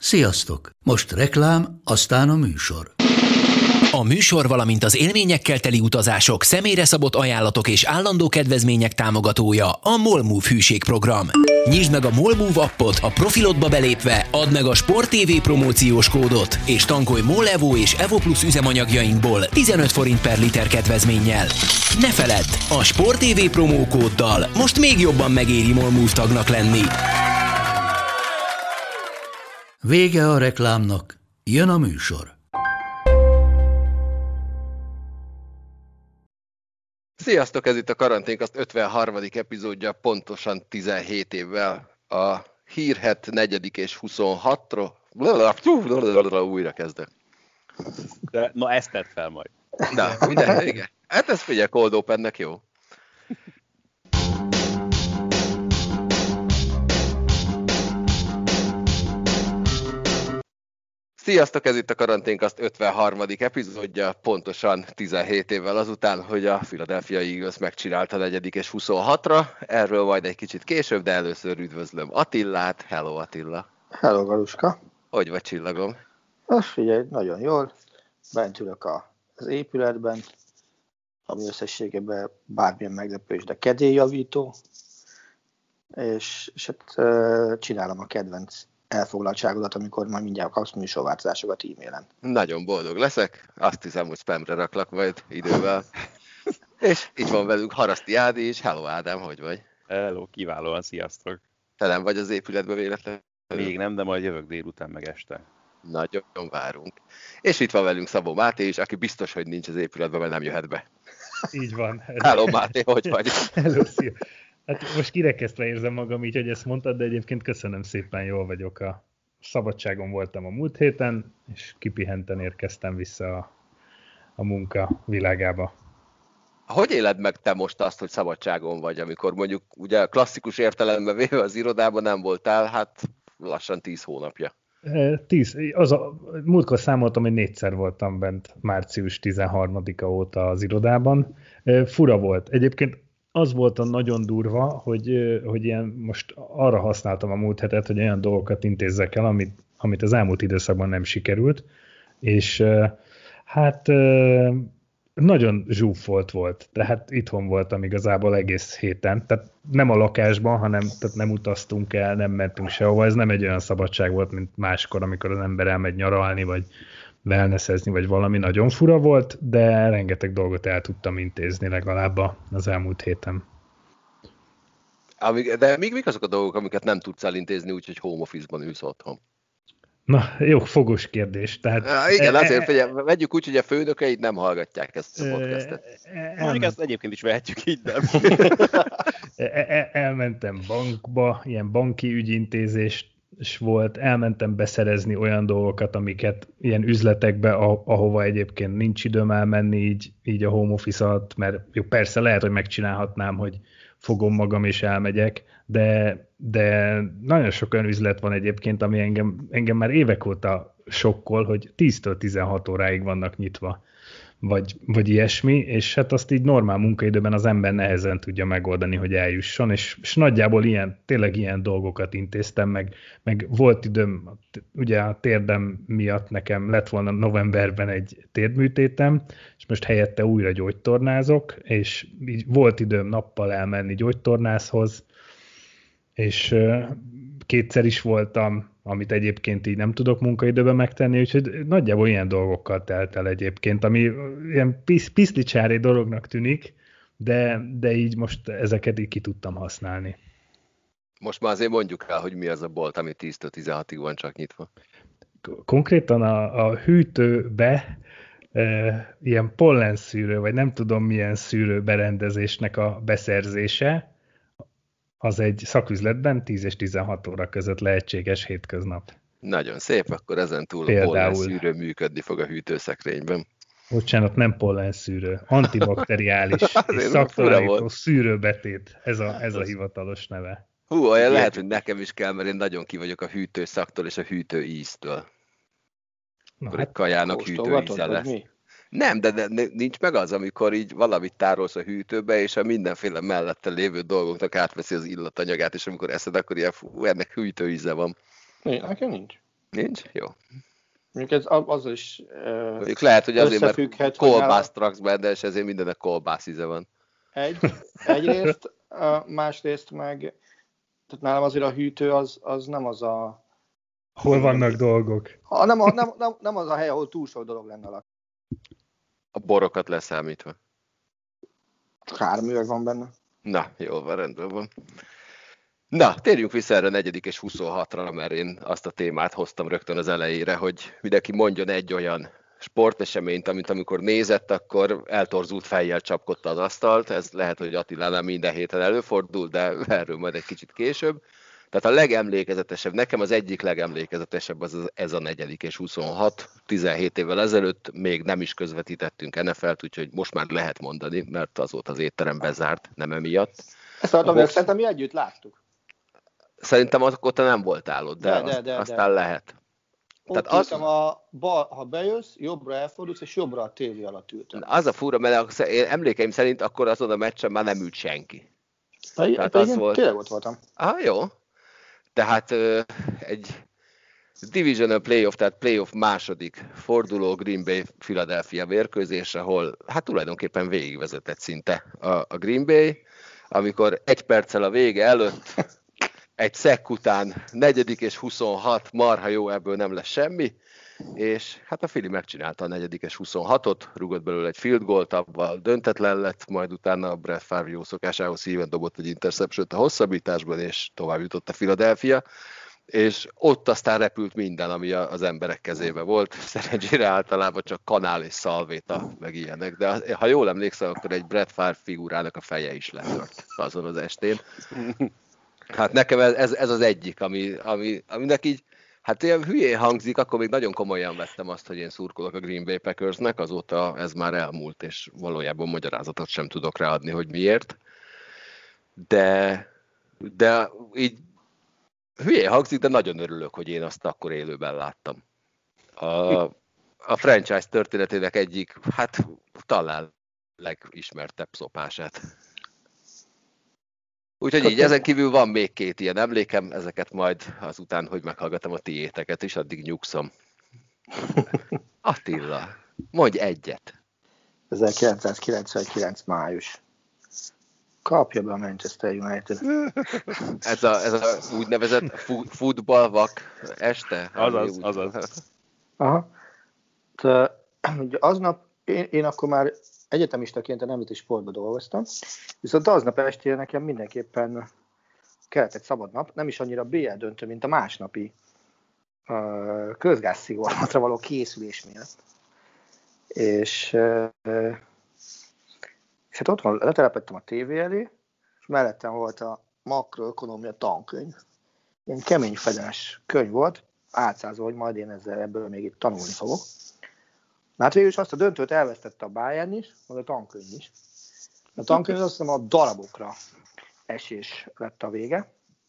Sziasztok! Most reklám, aztán a műsor. A műsor, valamint az élményekkel teli utazások, személyre szabott ajánlatok és állandó kedvezmények támogatója a MOL Move hűségprogram. Nyisd meg a MOL Move appot, a profilodba belépve, add meg a Sport TV promóciós kódot, és tankolj MOL Evo és Evo Plus üzemanyagjainkból 15 forint per liter kedvezménnyel. Ne feledd, a Sport TV promókóddal most még jobban megéri MOL Move tagnak lenni. Vége a reklámnak, jön a műsor. Sziasztok, ez itt a Karanténkast 53. epizódja, pontosan 17 évvel a hírhet 4. és 26-ról. Újra kezdek. De, na ezt tedd fel majd. Na, minden, igen. Hát ez figyelj, Cold Opennek jó. Sziasztok, ez itt a Karanténkast 53. epizódja, pontosan 17 évvel azután, hogy a Philadelphia Eagles megcsinálta 4. és 26-ra. Erről majd egy kicsit később, de először üdvözlöm Attilát. Hello, Attila. Hello, Galuska. Hogy vagy, csillagom? Most figyelj, nagyon jól. Bent ülök az épületben, ami összességében bármilyen meglepős, de kedélyjavító, és hát csinálom a kedvenc elfoglaltságodat, amikor majd mindjárt kapsz műsorváltozásokat e-mailen. Nagyon boldog leszek, azt hiszem, hogy spamre raklak majd idővel. És itt van velünk Haraszti Ádi is. Hello Ádám, hogy vagy? Hello, kiválóan, sziasztok. Te nem vagy az épületben véletlenül? Még nem, de majd jövök délután meg este. Nagyon várunk. És itt van velünk Szabó Máté is, aki biztos, hogy nincs az épületben, mert nem jöhet be. Így van. Hello Máté, hogy vagy? Hello, szia. Hát most kirekesztve érzem magam így, hogy ezt mondtad, de egyébként köszönöm szépen, jól vagyok. A szabadságon voltam a múlt héten, és kipihenten érkeztem vissza a munka világába. Hogy éled meg te most azt, hogy szabadságon vagy, amikor mondjuk ugye klasszikus értelemben véve az irodában nem voltál, hát lassan 10 hónapja. 10. Múltkor számoltam, hogy 4-szer voltam bent március 13-a óta az irodában. Fura volt. Egyébként az volt a nagyon durva, hogy ilyen most arra használtam a múlt hetet, hogy olyan dolgokat intézzek el, amit az elmúlt időszakban nem sikerült, és hát nagyon zsúfolt volt. Tehát itthon voltam igazából egész héten. Tehát nem a lakásban, hanem tehát nem utaztunk el, nem mentünk sehova. Ez nem egy olyan szabadság volt, mint máskor, amikor az ember elmegy nyaralni, vagy wellnessezni, vagy valami. Nagyon fura volt, de rengeteg dolgot el tudtam intézni legalább az elmúlt héten. De mik azok a dolgok, amiket nem tudsz elintézni, úgyhogy home office-ban ülsz otthon? Na, jó, fogos kérdés. Tehát, igen, azért vegyük úgy, hogy a főnökeid nem hallgatják ezt a podcastet. Mondjuk ezt egyébként is vehetjük így, nem? Elmentem bankba, ilyen banki ügyintézés volt, elmentem beszerezni olyan dolgokat, amiket ilyen üzletekbe, ahova egyébként nincs időm elmenni így a home office alatt, mert jó, persze lehet, hogy megcsinálhatnám, hogy fogom magam és elmegyek, de nagyon sok olyan üzlet van egyébként, ami engem már évek óta sokkol, hogy 10-től 16 óráig vannak nyitva, vagy ilyesmi, és hát azt így normál munkaidőben az ember nehezen tudja megoldani, hogy eljusson, és nagyjából tényleg ilyen dolgokat intéztem, meg volt időm, ugye a térdem miatt nekem lett volna novemberben egy térdműtétem, és most helyette újra gyógytornázok, és így volt időm nappal elmenni gyógytornászhoz, és kétszer is voltam, amit egyébként így nem tudok munkaidőben megtenni, úgyhogy nagyjából ilyen dolgokkal telt el egyébként, ami ilyen piszlicsári dolognak tűnik, de így most ezeket így ki tudtam használni. Most már azért mondjuk el, hogy mi az a bolt, ami 10-től 16-ig van csak nyitva. Konkrétan a hűtőbe ilyen pollenszűrő, vagy nem tudom milyen szűrőberendezésnek a beszerzése, az egy szaküzletben 10 és 16 óra között lehetséges hétköznap. Nagyon szép, akkor ezen túl a pollenszűrő működni fog a hűtőszekrényben. Bocsánat, nem pollenszűrő, antibakteriális és szaktalanító szűrőbetét, ez a hivatalos neve. Hú, olyan lehet, hogy nekem is kell, mert én nagyon ki vagyok a hűtőszaktól és a hűtőíztől. Akkor egy kajának hűtőíze lesz. Mi? Nem, de nincs meg az, amikor így valamit tárolsz a hűtőbe, és a mindenféle mellette lévő dolgoknak átveszi az illatanyagát, és amikor eszed, akkor ilyen, ennek hűtőíze van. Nekem nincs. Nincs? Jó. Mondjuk ez azzal is mondjuk lehet, hogy azért, mert kolbászt raksz benne, és ezért mindenek kolbász íze van. Egyrészt, másrészt meg, tehát nálam azért a hűtő az nem az a... Hol vannak dolgok? Nem az a hely, ahol túl sok dolog lenne alatt. A borokat leszámítva. 3 üveg van benne. Na, jól van, rendben van. Na, térjünk vissza erre a 4. és 26-ra, mert én azt a témát hoztam rögtön az elejére, hogy mindenki mondjon egy olyan sporteseményt, amit amikor nézett, akkor eltorzult fejjel csapkodta az asztalt. Ez lehet, hogy Attilánál minden héten előfordul, de erről majd egy kicsit később. Tehát a legemlékezetesebb, nekem az egyik legemlékezetesebb ez a 4. és 26. 17 évvel ezelőtt még nem is közvetítettünk NFL-t, úgyhogy most már lehet mondani, mert az volt az étterem bezárt, nem emiatt. Ezt adom, szerintem mi együtt láttuk. Szerintem akkor te nem voltál ott, de aztán lehet. Ott tehát ha bejössz, jobbra elfordulsz, és jobbra a tévé alatt ültem. Az a fura, mert én emlékeim szerint akkor azon a meccsen már nem ült senki. Tehát az volt... Tényleg ott voltam. Jó. Tehát egy Divisional Playoff, tehát Playoff második forduló Green Bay-Philadelphia mérkőzés, ahol hát tulajdonképpen végigvezetett szinte a Green Bay, amikor 1 perccel a vége előtt egy szekk után 4. és 26, marha jó, ebből nem lesz semmi, és hát a Philly megcsinálta a 4. és 26-ot, rúgott belőle egy field goalt, abban döntetlen lett, majd utána a Brett Favre jó szokásához híven dobott egy interceptiont a hosszabbításban, és tovább jutott a Philadelphia, és ott aztán repült minden, ami az emberek kezébe volt, szerencsére általában csak kanál és szalvéta, meg ilyenek, de ha jól emlékszem, akkor egy Brett Favre figurának a feje is letört azon az estén. Hát nekem ez az egyik, aminek így, hát ilyen hülyén hangzik, akkor még nagyon komolyan vettem azt, hogy én szurkolok a Green Bay Packersnek, azóta ez már elmúlt, és valójában magyarázatot sem tudok ráadni, hogy miért. De így hülyén hangzik, de nagyon örülök, hogy én azt akkor élőben láttam. A franchise történetének egyik, hát talán legismertebb szopását. Úgyhogy így, ezen kívül van még 2 ilyen emlékem, ezeket majd azután, hogy meghallgatom a tiéteket, és addig nyugszom. Attila, mondj egyet. 1999 május. Kapja be a Manchester United. Ez a úgynevezett futballvak este? Azaz. Aha. Aznap én akkor már egyetemistaként a nemzeti sportban dolgoztam, viszont aznap estére nekem mindenképpen kellett egy szabad nap, nem is annyira BL döntő, mint a másnapi közgázszigorlatra való készülés miatt. És hát otthon letelepettem a tévé elé, és mellettem volt a makroökonomia tankönyv. Ilyen kemény fedenes könyv volt, átszázva, hogy majd én ebből még itt tanulni fogok. Hát végül is azt a döntőt elvesztette a Bayern is, meg a tankönyv is. A tankönyv azt hiszem a darabokra esés lett a vége.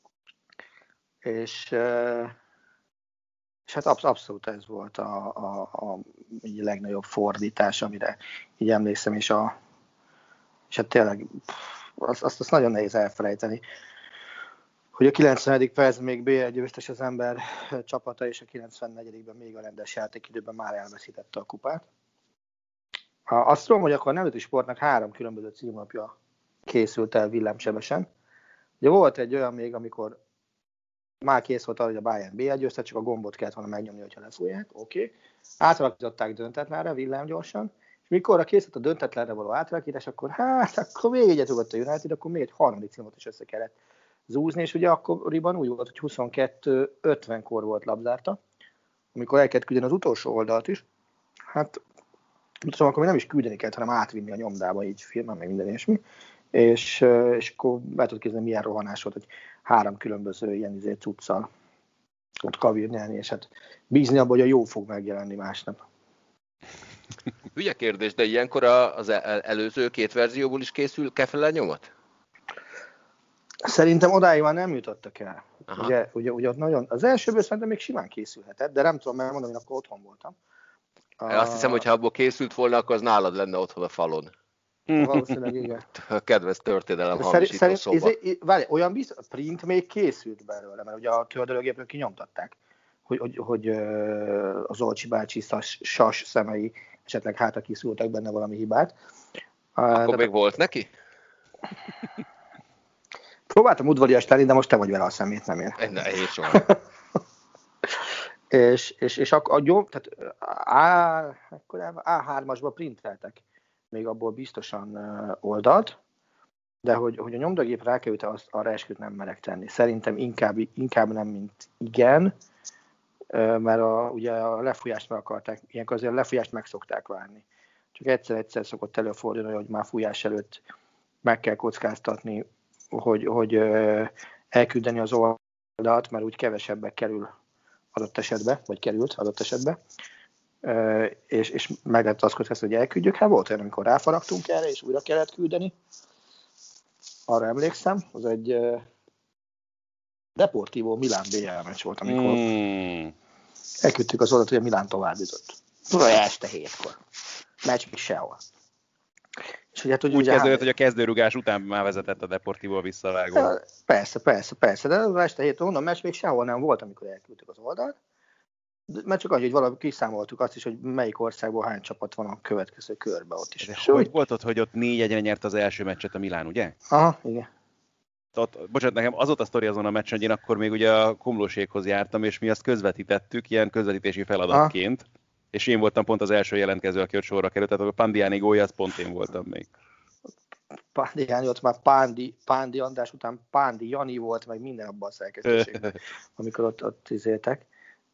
És hát abszolút ez volt a legnagyobb fordítás, amire így emlékszem, és hát tényleg azt nagyon nehéz elfelejteni, hogy a 90. percben még BL győztes az ember csapata, és a 94-ben még a rendes játékidőben már elveszítette a kupát. Azt tudom, hogy akkor a nemzeti sportnak 3 különböző címlapja készült el villámsebesen. Ugye volt egy olyan még, amikor már kész volt arra, hogy a Bayern BL győzte, csak a gombot kellett volna megnyomni, hogyha lefújják. Oké. Átalakították döntetlenre villámgyorsan, és mikor készült a döntetlenre való átalakítás, akkor még egyet rúgott a United, akkor még egy 3. címot is össze kellett zúzni, és ugye akkoriban úgy volt, hogy 22:50-kor volt labzárta, amikor el kellett küldeni az utolsó oldalt is. Hát, tudom, akkor még nem is küldeni kellett, hanem átvinni a nyomdába, így filmen, meg minden ilyesmi. És akkor be tudod képzelni, milyen rohanás volt, hogy 3 különböző ilyen cuccal ott kavirnyelni, és hát bízni abban, hogy a jó fog megjelenni másnap. Hülye kérdés, de ilyenkor az előző 2 verzióból is készül kefele nyomot? Szerintem odáig már nem jutottak el. Ugye ott nagyon, az elsőből szerintem még simán készülhetett, de nem tudom megmondani, én akkor otthon voltam. Azt hiszem, hogy ha abból készült volna, akkor az nálad lenne otthon a falon. Valószínűleg igen. A kedves történelem hamisító szoba. Várj, olyan biztos, a print még készült belőle, mert ugye a töltőgépről kinyomtatták. hogy az Olcsi bácsi sas szemei esetleg hátra kiszúrtak benne valami hibát. Akkor még volt neki? Próbáltam udvarias lenni, de most te vagy vele a szemét, nem én. Én soha. és tehát A3-asba printeltek még abból biztosan oldalt, de hogy a nyomdagép rákerült, arra esküt nem merek tenni. Szerintem inkább nem, mint igen, mert ugye a lefújást meg akarták, ilyenkor azért a lefújást meg szokták várni. Csak egyszer szokott előfordulni, hogy már fújás előtt meg kell kockáztatni, hogy elküldeni az oldalt, mert úgy kevesebbe kerül adott esetben, vagy került adott esetben, és meg lehet azt kockáztatni, hogy elküldjük. Hát volt olyan, amikor ráfaragtunk erre, és újra kellett küldeni. Arra emlékszem, az egy Deportivo Milán BL meccs volt, amikor elküldtük az oldalt, hogy a Milán továbbjutott. Este 7-kor. Meccs még sehol. És ugye, úgy kezdődött, hogy a kezdőrugás után már vezetett a Deportivo visszavágó. Persze, de az este 7 a meccs még sehol nem volt, amikor elküldtük az oldalt. Mert csak annyi, hogy valahogy kiszámoltuk azt is, hogy melyik országból hány csapat van a következő körbe ott is. És hogy volt ott, hogy ott 4-1-re nyert az első meccset a Milán, ugye? Aha, igen. Bocsánat, nekem az volt a sztori azon a meccsen, hogy én akkor még ugye a Komlóséghoz jártam, és mi azt közvetítettük ilyen közvetítési feladatként. Aha. És én voltam pont az első jelentkező, aki ott sorra került, tehát a Pandiani gólja, az pont én voltam még. Pandiani, ott már Pándi András után Pándi Jani volt, meg minden abban a szerkesztőségben, amikor ott izéltek,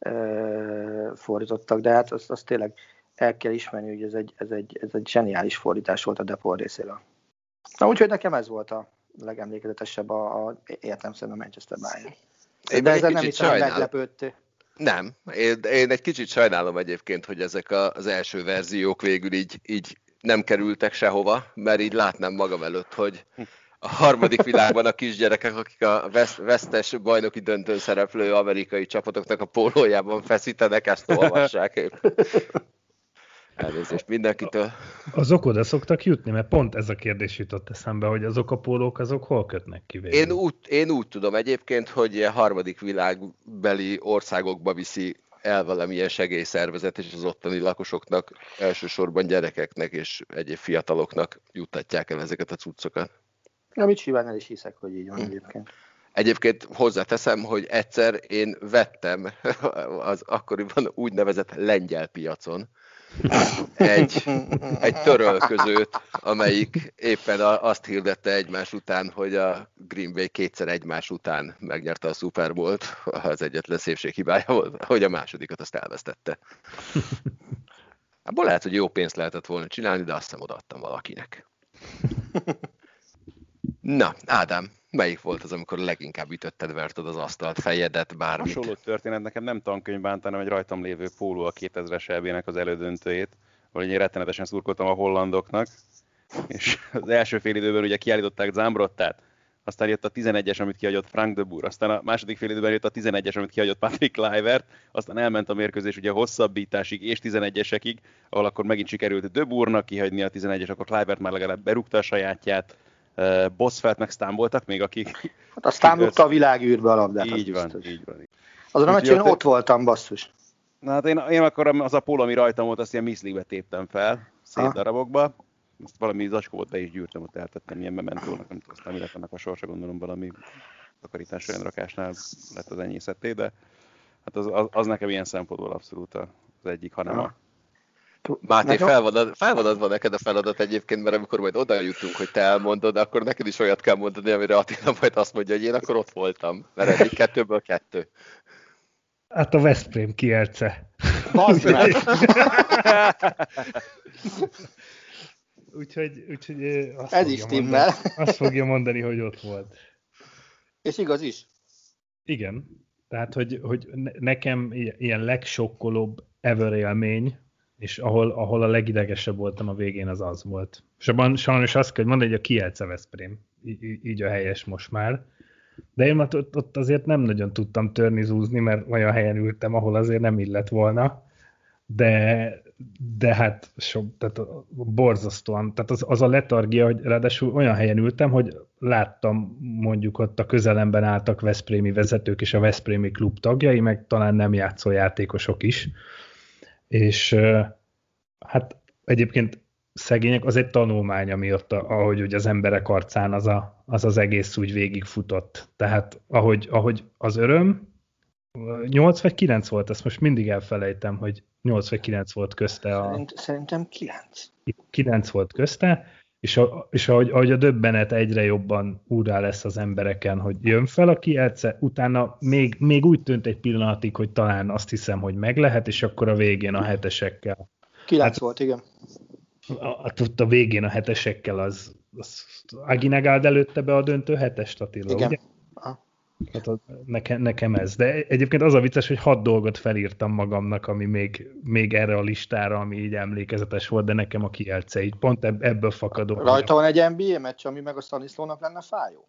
fordítottak, de hát azt tényleg el kell ismerni, hogy ez egy zseniális fordítás volt a Depor részéről. Na úgyhogy nekem ez volt a legemlékezetesebb értelemszerűen a Manchester Bayern. De ezzel nem hiszem, hogy meglepődtél. Nem, én egy kicsit sajnálom egyébként, hogy ezek az első verziók végül így nem kerültek sehova, mert így látnám magam előtt, hogy a harmadik világban a kisgyerekek, akik a vesztes bajnoki döntőn szereplő amerikai csapatoknak a pólójában feszítenek, ezt olvassák. Elnézést mindenkitől. Azok oda szoktak jutni, mert pont ez a kérdés jutott eszembe, hogy azok a pólók, azok hol kötnek ki végül? Én úgy tudom egyébként, hogy ilyen harmadik világbeli országokba viszi el valamilyen segélyszervezet, és az ottani lakosoknak, elsősorban gyerekeknek és egyéb fiataloknak juttatják el ezeket a cuccokat. Amit simán el is hiszek, hogy így van egyébként. Egyébként hozzáteszem, hogy egyszer én vettem az akkoriban úgynevezett lengyel piacon egy törölközőt, amelyik éppen azt hirdette egymás után, hogy a Green Bay kétszer egymás után megnyerte a Super Bowl-t, az egyetlen szépség hibája volt, hogy a másodikat azt elvesztette. Abból lehet, hogy jó pénzt lehetett volna csinálni, de azt hiszem odaadtam valakinek. Na, Ádám, melyik volt az, amikor leginkább ütötted, verted az asztalt, fejedet, bármit? Hasonló történet, nekem nem tankönyvben, hanem egy rajtam lévő póló a 2000-es EB-nek az elődöntőjét, ahol én rettenetesen szurkoltam a hollandoknak, és az első fél időben ugye kiállították Zambrottát, aztán jött a 11-es, amit kihagyott Frank de Boer, aztán a második fél időben jött a 11-es, amit kihagyott Patrick Kluivert, aztán elment a mérkőzés ugye hosszabbításig és 11-esekig, ahol akkor megint sikerült de Boernak kihagyni a 11-es, akkor Kluivert már legalább berúgta a sajátját, Bosfeld meg Stam voltak még, akik... Hát a Stam rúgta a világűrbe a labdát. Így van. Azon a meccsen ott voltam, basszus. Na hát én akkor az a póló, ami rajtam volt, azt ilyen miszlibe téptem fel, szét darabokba. Azt valami zacskót be is gyűrtem, ott eltettem ilyen mementónak, nem tudom, aztán mi lett annak a sorsa, gondolom valami takarítás olyan rakásnál lett az enyészetté, de hát az nekem ilyen szempontból abszolút az egyik, hanem a... Máté, fel van adva neked a feladat egyébként, mert amikor majd oda jutunk, hogy te elmondod, akkor neked is olyat kell mondani, amire Attila majd azt mondja, hogy én akkor ott voltam, mert egyik kettőből kettő. Hát a Veszprém Kielce. Bazd meg! Úgyhogy ez is timmel. Azt fogja mondani, hogy ott volt. És igaz is. Igen. Tehát, hogy nekem ilyen legsokkolóbb ever élmény, és ahol a legidegesebb voltam a végén, az volt. És abban sajnos azt kell mondani, hogy a Kielce Veszprém. Így a helyes most már. De én ott azért nem nagyon tudtam törni, zúzni, mert olyan helyen ültem, ahol azért nem illett volna. De de hát tehát borzasztóan, tehát az a letargia, hogy ráadásul olyan helyen ültem, hogy láttam mondjuk ott a közelemben álltak veszprémi vezetők és a veszprémi klub tagjai, meg talán nem játszó játékosok is, és hát egyébként szegények, az egy tanulmány, ami ott, ahogy ugye az emberek arcán az egész úgy végigfutott. Tehát ahogy az öröm, 8 vagy 9 volt, ezt most mindig elfelejtem, hogy 8 vagy 9 volt közte. Szerintem 9. 9 volt közte, és ahogy a döbbenet egyre jobban úrrá lesz az embereken, hogy jön fel a Kielce, utána még úgy tűnt egy pillanatig, hogy talán azt hiszem, hogy meg lehet, és akkor a végén a hetesekkel. 9 volt, igen. A végén a hetesekkel az Aguinagard előtte be a döntő hetest, Attila, igen. Ugye? Hát nekem ez. De egyébként az a vicces, hogy 6 dolgot felírtam magamnak, ami még erre a listára, ami így emlékezetes volt, de nekem a Kielce így pont ebből fakadó. Rajta van egy NBA meccs, ami meg a Stanislónak lenne fájó?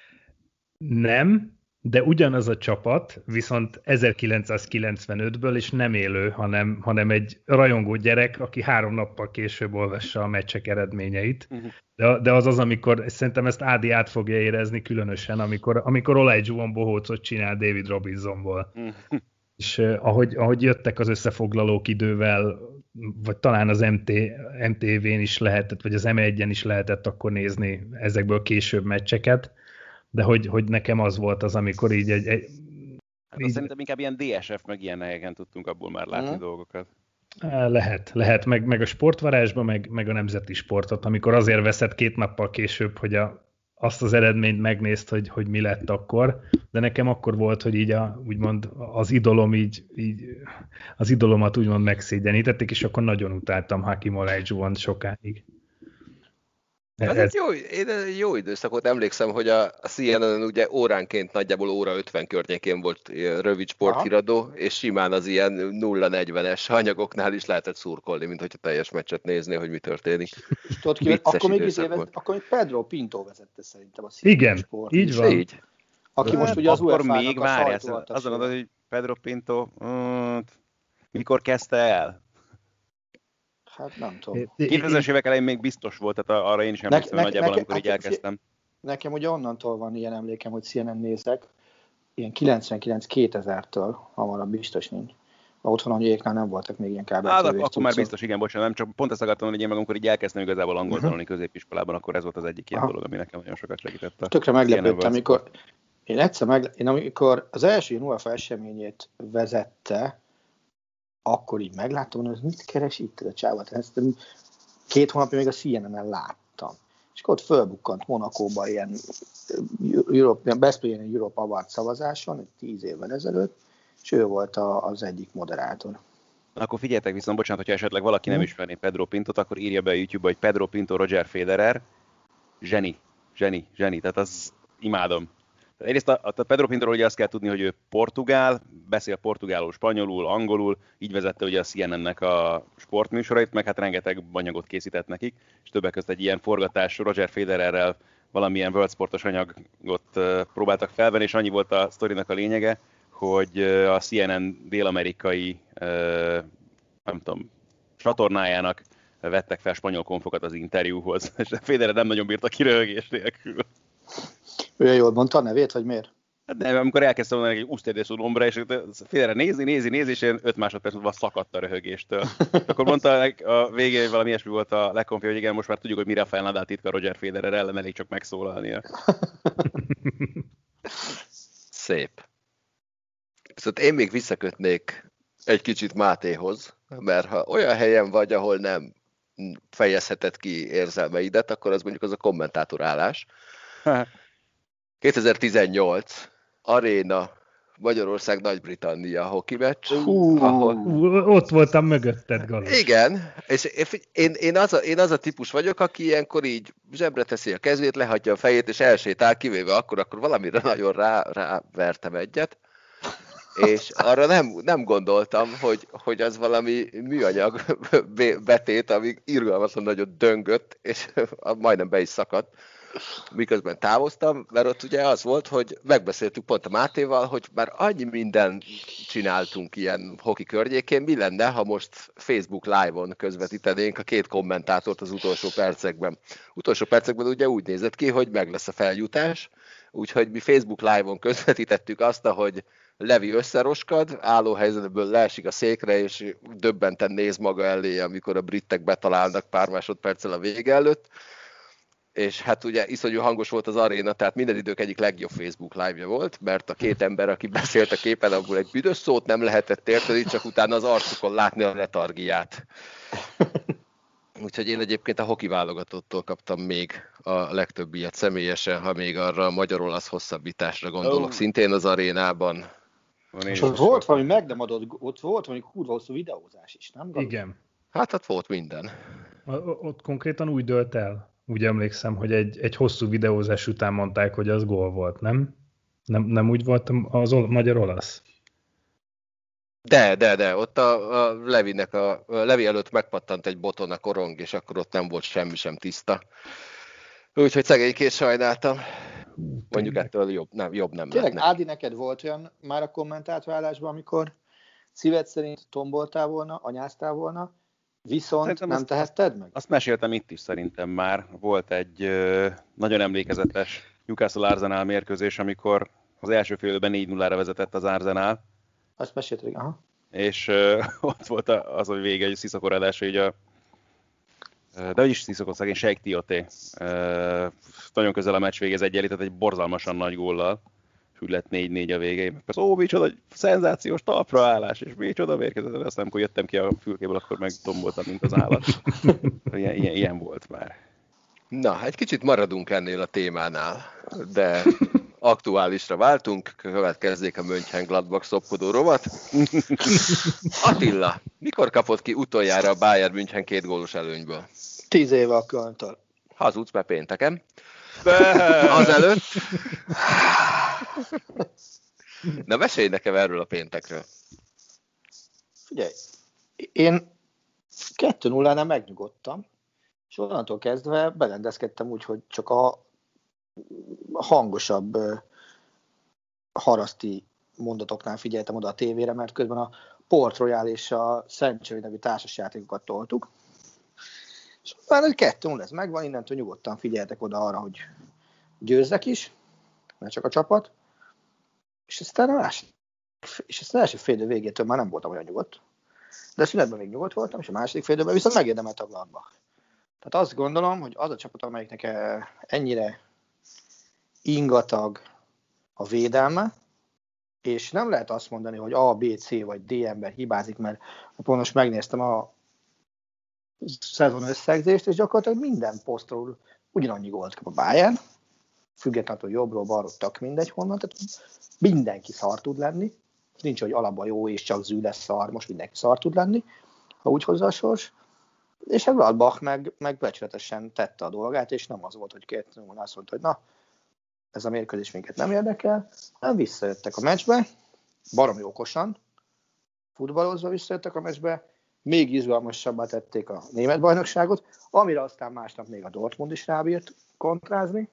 Nem, de ugyanaz a csapat, viszont 1995-ből, és nem élő, hanem egy rajongó gyerek, aki 3 nappal később olvassa a meccsek eredményeit. De az, amikor, szerintem ezt Ádi át fogja érezni különösen, amikor Olajuwon bohócot csinál David Robinsonból. És ahogy jöttek az összefoglalók idővel, vagy talán az MTV-n is lehetett, vagy az M1-en is lehetett akkor nézni ezekből később meccseket, de hogy nekem az volt az, amikor így így... Szerintem inkább ilyen DSF, meg ilyen helyeken tudtunk abból már látni dolgokat. Lehet, meg a sportvarázsban, meg a nemzeti sportot, amikor azért veszed 2 nappal később, hogy azt az eredményt megnézd, hogy mi lett akkor, de nekem akkor volt, hogy így úgymond az idolom így az idolomat úgymond megszégyenítették, és akkor nagyon utáltam Hakeem Olajuwont sokáig. Ez jó időszakot emlékszem, hogy a CNN-en ugye óránként nagyjából óra 50 környékén volt rövid sporthíradó, és simán az ilyen 0-40-es anyagoknál is lehetett szurkolni, mint hogyha teljes meccset nézné, hogy mi történik. És tudod, akkor még Pedro Pinto vezette szerintem a CNN. Igen, sport. Így van. Így. Aki most ugye az UEFA-nak még várjál, azon adod, hogy Pedro Pinto mikor kezdte el? Hát nem tudom. 2000-es évek elején még biztos volt, tehát arra én is emlékszem nagyjából, amikor így elkezdtem. Nekem ugye onnantól van ilyen emlékem, hogy CNN nézek, ilyen 99-2000-től, hamarabb biztos nincs. Otthon anyéknál nem voltak még ilyen kábel tévés. Akkor már biztos, igen, bocsánat, nem csak pont ezt akartam, hogy én meg amikor így elkezdtem igazából angol tanulni középiskolában, akkor ez volt az egyik ilyen dolog, ami nekem nagyon sokat segített. Tökre meglepődtem, amikor az első UEFA eseményét vezette, akkor így megláttam, hogy mit keres itt ez a csávot. Ezt 2 hónapja még a CNN-en láttam. És akkor ott fölbukkant Monacóban ilyen Best Player in Europe Award szavazáson, 10 évvel ezelőtt, és ő volt az egyik moderátor. Akkor figyeljetek viszont, bocsánat, hogyha esetleg valaki nem ismerné Pedro Pintot, akkor írja be a YouTube-ba, hogy Pedro Pinto, Roger Federer, zseni, tehát az imádom. Egyrészt a Pedro Pintóról ugye azt kell tudni, hogy ő portugál, beszél portugálul, spanyolul, angolul, így vezette ugye a CNN-nek a sportműsorait, meg hát rengeteg anyagot készített nekik, és többek között egy ilyen forgatás Roger Federerrel valamilyen world sportos anyagot próbáltak felvenni, és annyi volt a sztorinak a lényege, hogy a CNN dél-amerikai, nem tudom, csatornájának vettek fel spanyol konfokat az interjúhoz, és Federer nem nagyon bírta ki röhögés nélkül. Ő jól mondta a nevét, vagy miért? Hát nem, amikor elkezdtem mondani, hogy usted su nombre, és Federer nézi, és én 5 másodperc múlva szakadt a röhögéstől. Akkor mondta a végén, hogy valami ilyesmi volt a legkonfi, hogy igen, most már tudjuk, hogy mire Rafael Nadal titka Roger Federer ellen, elég csak megszólalnia. Szép. Viszont én még visszakötnék egy kicsit Mátéhoz, mert ha olyan helyen vagy, ahol nem fejezheted ki érzelmeidet, akkor az mondjuk az a kommentátorálás. 2018 Aréna, Magyarország, Nagy-Britannia hoki meccs. Ott voltam mögötted, Galos. Igen, és én az a típus vagyok, aki ilyenkor így zsebre teszi a kezét, lehagyja a fejét, és elsétál, kivéve akkor valamire nagyon rávertem egyet. És arra nem gondoltam, hogy az valami műanyag betét, ami irgalmatlan nagyon döngött, és majdnem be is szakadt. miközben távoztam, mert ott ugye az volt, hogy megbeszéltük pont a Mátéval, hogy már annyi minden csináltunk ilyen hoki környékén, mi lenne, ha most Facebook Live-on közvetítenénk a két kommentátort az utolsó percekben. Utolsó percekben ugye úgy nézett ki, hogy meg lesz a feljutás, úgyhogy mi Facebook Live-on közvetítettük azt, ahogy Levi összeroskad, álló helyzetből leesik a székre, és döbbenten néz maga elé, amikor a britek betalálnak pár másodperccel a vége előtt. És hát ugye iszonyú hangos volt az aréna, tehát minden idők egyik legjobb Facebook live-ja volt, mert a két ember, aki beszélt a képen, abból egy büdös szót nem lehetett érteni, csak utána az arcukon látni a letargiát. Úgyhogy én egyébként a hoki válogatottól kaptam még a legtöbb ilyet személyesen, ha még arra a magyar-olasz hosszabbításra gondolok, szintén az arénában. És ott volt valami meg nem adott, ott volt valami kurva hosszú videózás is, nem? Igen. Hát ott volt minden. Ott konkrétan úgy dőlt el. Úgy emlékszem, hogy egy hosszú videózás után mondták, hogy az gól volt, nem? Nem úgy volt az magyar-olasz? De. Ott a Levi előtt megpattant egy boton a korong, és akkor ott nem volt semmi sem tiszta. Úgyhogy szegényként sajnáltam. Mondjuk ettől jobb nem tényleg, lett. Ádi, neked volt olyan már a kommentátorállásban, amikor szíved szerint tomboltál volna, anyáztál volna, viszont szerintem nem tehetted meg? Azt meséltem itt is szerintem már. Volt egy nagyon emlékezetes Newcastle Arsenal mérkőzés, amikor az első fél időben 4-0-ra vezetett az Arsenal. Azt mesélted, aha. És ott volt az, hogy vége egy sziszakoradása, így de hogy is sziszokott szegény, Sheikh Tioté. Nagyon közel a meccs végez egyenlített egy borzalmasan nagy góllal. És úgy lett 4-4 a végén. Persze, micsoda szenzációs talpraállás, és micsoda mérkezett. Aztán, amikor jöttem ki a fülkéből, akkor meg tomboltam, mint az állat. Ilyen volt már. Na, egy kicsit maradunk ennél a témánál, de aktuálisra váltunk, következzék a Mönchengladbach szopkodó rovat. Attila, mikor kapott ki utoljára a Bayern München 2 gólos előnyből? 10 éve a Kölntől. Hazudsz, mert pénteken. Azelőtt. Na, mesélj nekem erről a péntekről. Figyelj, én 2-0-nál megnyugodtam, és onnantól kezdve berendezkedtem úgy, hogy csak a hangosabb haraszti mondatoknál figyeltem oda a tévére, mert közben a Port Royal és a Century nevű társasjátékokat toltuk. És már egy 2-0 ez megvan, innentől nyugodtan figyeltek oda arra, hogy győzzek is, mert csak a csapat. És aztán az első fél idő végétől már nem voltam olyan nyugodt. De szünetben még nyugodt voltam, és a második fél időben viszont megérdemelt a Gladbach. Tehát azt gondolom, hogy az a csapat, amelyiknek ennyire ingatag a védelme, és nem lehet azt mondani, hogy A, B, C vagy D ember hibázik, mert most megnéztem a szezon összegzést, és gyakorlatilag minden posztról ugyanannyi gólt kap a Bayern, függetlenül jobbról, balról, tök mindegy honnan, tehát mindenki szar tud lenni, nincs, hogy alapban jó és csak Zű lesz szar, most mindenki szar tud lenni, ha úgy hozza a sors. És a Gladbach meg becsületesen tette a dolgát, és nem az volt, hogy 2-0 azt mondta, hogy na, ez a mérkőzés minket nem érdekel, hanem visszajöttek a meccsbe, baromi okosan, futballozva visszajöttek a meccsbe, még izgalmasabbá tették a német bajnokságot, amire aztán másnap még a Dortmund is rábírt kontrázni,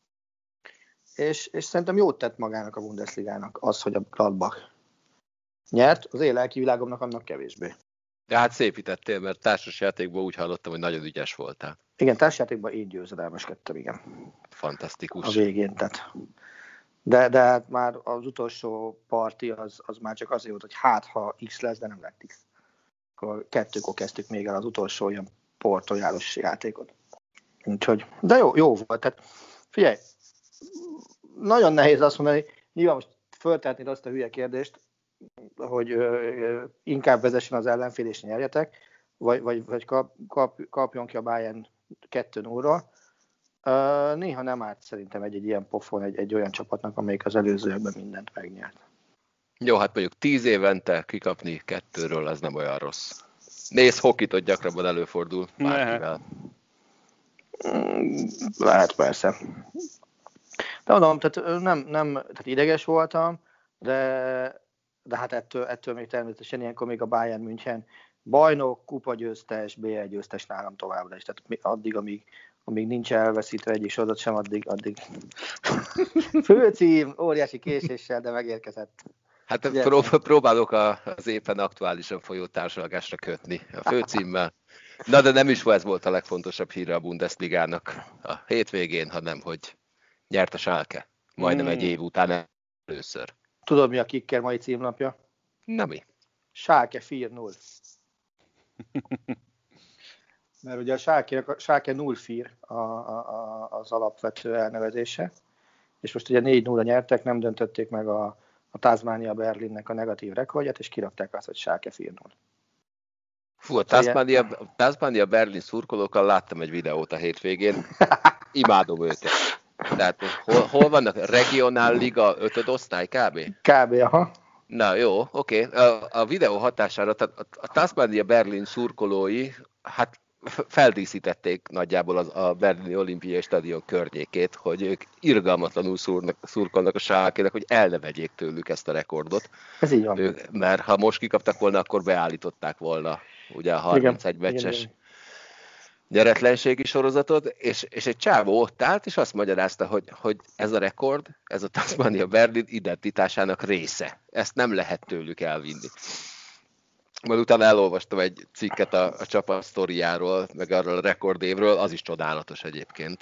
és szerintem jót tett magának a Bundesligának az, hogy a Gladbach nyert, az én lelki világomnak annak kevésbé. De hát szépítettél, mert társasjátékban úgy hallottam, hogy nagyon ügyes voltál. Igen, társasjátékban én győzedelmeskedtem, igen. Fantasztikus. A végén, tehát. De hát már az utolsó parti az már csak azért volt, hogy hát ha X lesz, de nem lett X. Akkor 2-kor kezdtük még el az utolsó olyan portojáros játékot. Úgyhogy, de jó volt. Tehát figyelj, nagyon nehéz azt mondani, nyilván most föltehetnéd azt a hülye kérdést, hogy inkább vezessen az ellenfél és nyerjetek, vagy kapjon ki a Bayern 2-0-ról. Néha nem árt szerintem egy ilyen pofon egy olyan csapatnak, amelyik az előzőekben mindent megnyert. Jó, hát mondjuk 10 évente kikapni 2-ről, az nem olyan rossz. Nézd, hokit, ott gyakrabban előfordul bárkivel. Lehet persze. De mondom, tehát tehát ideges voltam, de hát ettől még természetesen ilyenkor még a Bayern München bajnok, kupagyőztes, BL győztes nálam továbbra is. Tehát addig, amíg nincs elveszítve egyik sorozat sem, addig főcím, óriási késéssel, de megérkezett. Hát próbálok az éppen aktuálisan folyó társalgásra kötni a főcímmel. Na, de nem is ez volt a legfontosabb híre a Bundesligának a hétvégén, hanem hogy nyert a Schalke. Majdnem egy év után először. Tudod, mi a Kicker mai címlapja? Na mi? Schalke 4-0. Mert ugye a Schalke 0-4 az alapvető elnevezése, és most ugye 4-0 nyertek, nem döntötték meg a Tasmania Berlinnek a negatív rekordját, és kirakták azt, hogy Schalke 4-0. Fú, a Tasmania Berlin szurkolókkal láttam egy videót a hétvégén, imádom őket. Tehát hol vannak? Regionál Liga 5. osztály kb? Kb, aha. Na jó, oké. A videó hatására a Tasmania Berlin szurkolói, hát feldíszítették nagyjából a berlini olimpiai stadion környékét, hogy ők irgalmatlanul szurkolnak a Schalkének, hogy el ne vegyék tőlük ezt a rekordot. Ez így van. Mert ha most kikaptak volna, akkor beállították volna ugye a 31 meccses nyeretlenségi sorozatot, és egy csávó ott állt, és azt magyarázta, hogy ez a rekord, ez a Tasmania Berlin identitásának része. Ezt nem lehet tőlük elvinni. Majd utána elolvastam egy cikket a csapat sztoriáról, meg arról a rekordévről, az is csodálatos egyébként,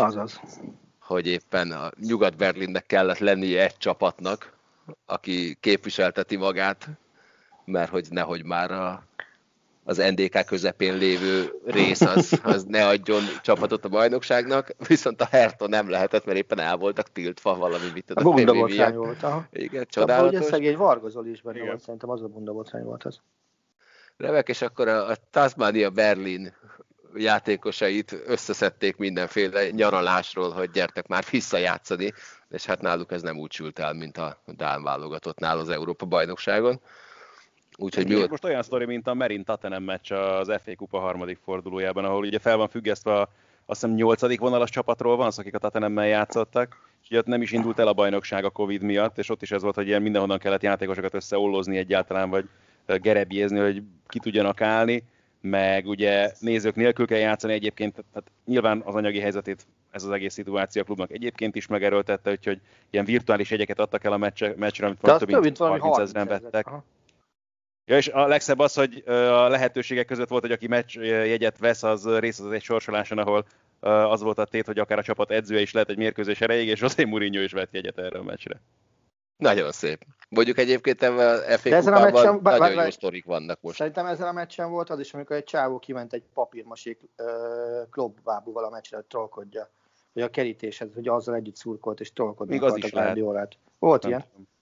hogy éppen a Nyugat-Berlinnek kellett lennie egy csapatnak, aki képviselteti magát, mert hogy nehogy már az NDK közepén lévő rész az ne adjon csapatot a bajnokságnak, viszont a Hertha nem lehetett, mert éppen el voltak tiltva valami, mit tudom. A bundabotrány volt, aha. Igen, csodálatos. Ugye szegény Varga Zoli is benne volt, szerintem az a bundabotrány volt az. Remek, és akkor a Tasmania Berlin játékosait összeszedték mindenféle nyaralásról, hogy gyertek már visszajátszani, és hát náluk ez nem úgy sült el, mint a dán válogatottnál az Európa-bajnokságon. Úgyhogy most olyan sztori, mint a Merin Tottenham meccs az FA Kupa harmadik fordulójában, ahol ugye fel van függesztve azt hiszem 8. vonalas csapatról van, akik a Tottenhammel játszottak, és ugye ott nem is indult el a bajnokság a Covid miatt, és ott is ez volt, hogy ilyen mindenhonnan kellett játékosokat összeollózni egyáltalán, vagy gerebjézni, hogy ki tudjanak állni, meg ugye nézők nélkül kell játszani egyébként, tehát nyilván az anyagi helyzetét ez az egész szituáció a klubnak egyébként is megerőltette, úgyhogy ilyen virtuális jegyeket adtak el a meccsre, amit több mint 30 ezeren vettek. Ja, és a legszebb az, hogy a lehetőségek között volt, hogy aki meccsjegyet vesz, az részt az egy sorsoláson, ahol az volt a tét, hogy akár a csapat edzője is lehet egy mérkőzés erejéig, és José Mourinho is vett jegyet erre a meccsre. Nagyon szép. Mondjuk egyébként a FA Kupában nagyon jó sztorik vannak most. Szerintem ezen a meccsen volt az is, amikor egy csávó kiment egy papírmasé klobbábúval a meccsre, hogy trollkodja, hogy a kerítéshez, hogy azzal együtt szurkolt és trollkodni akartak Guardiolát. Volt ilyen?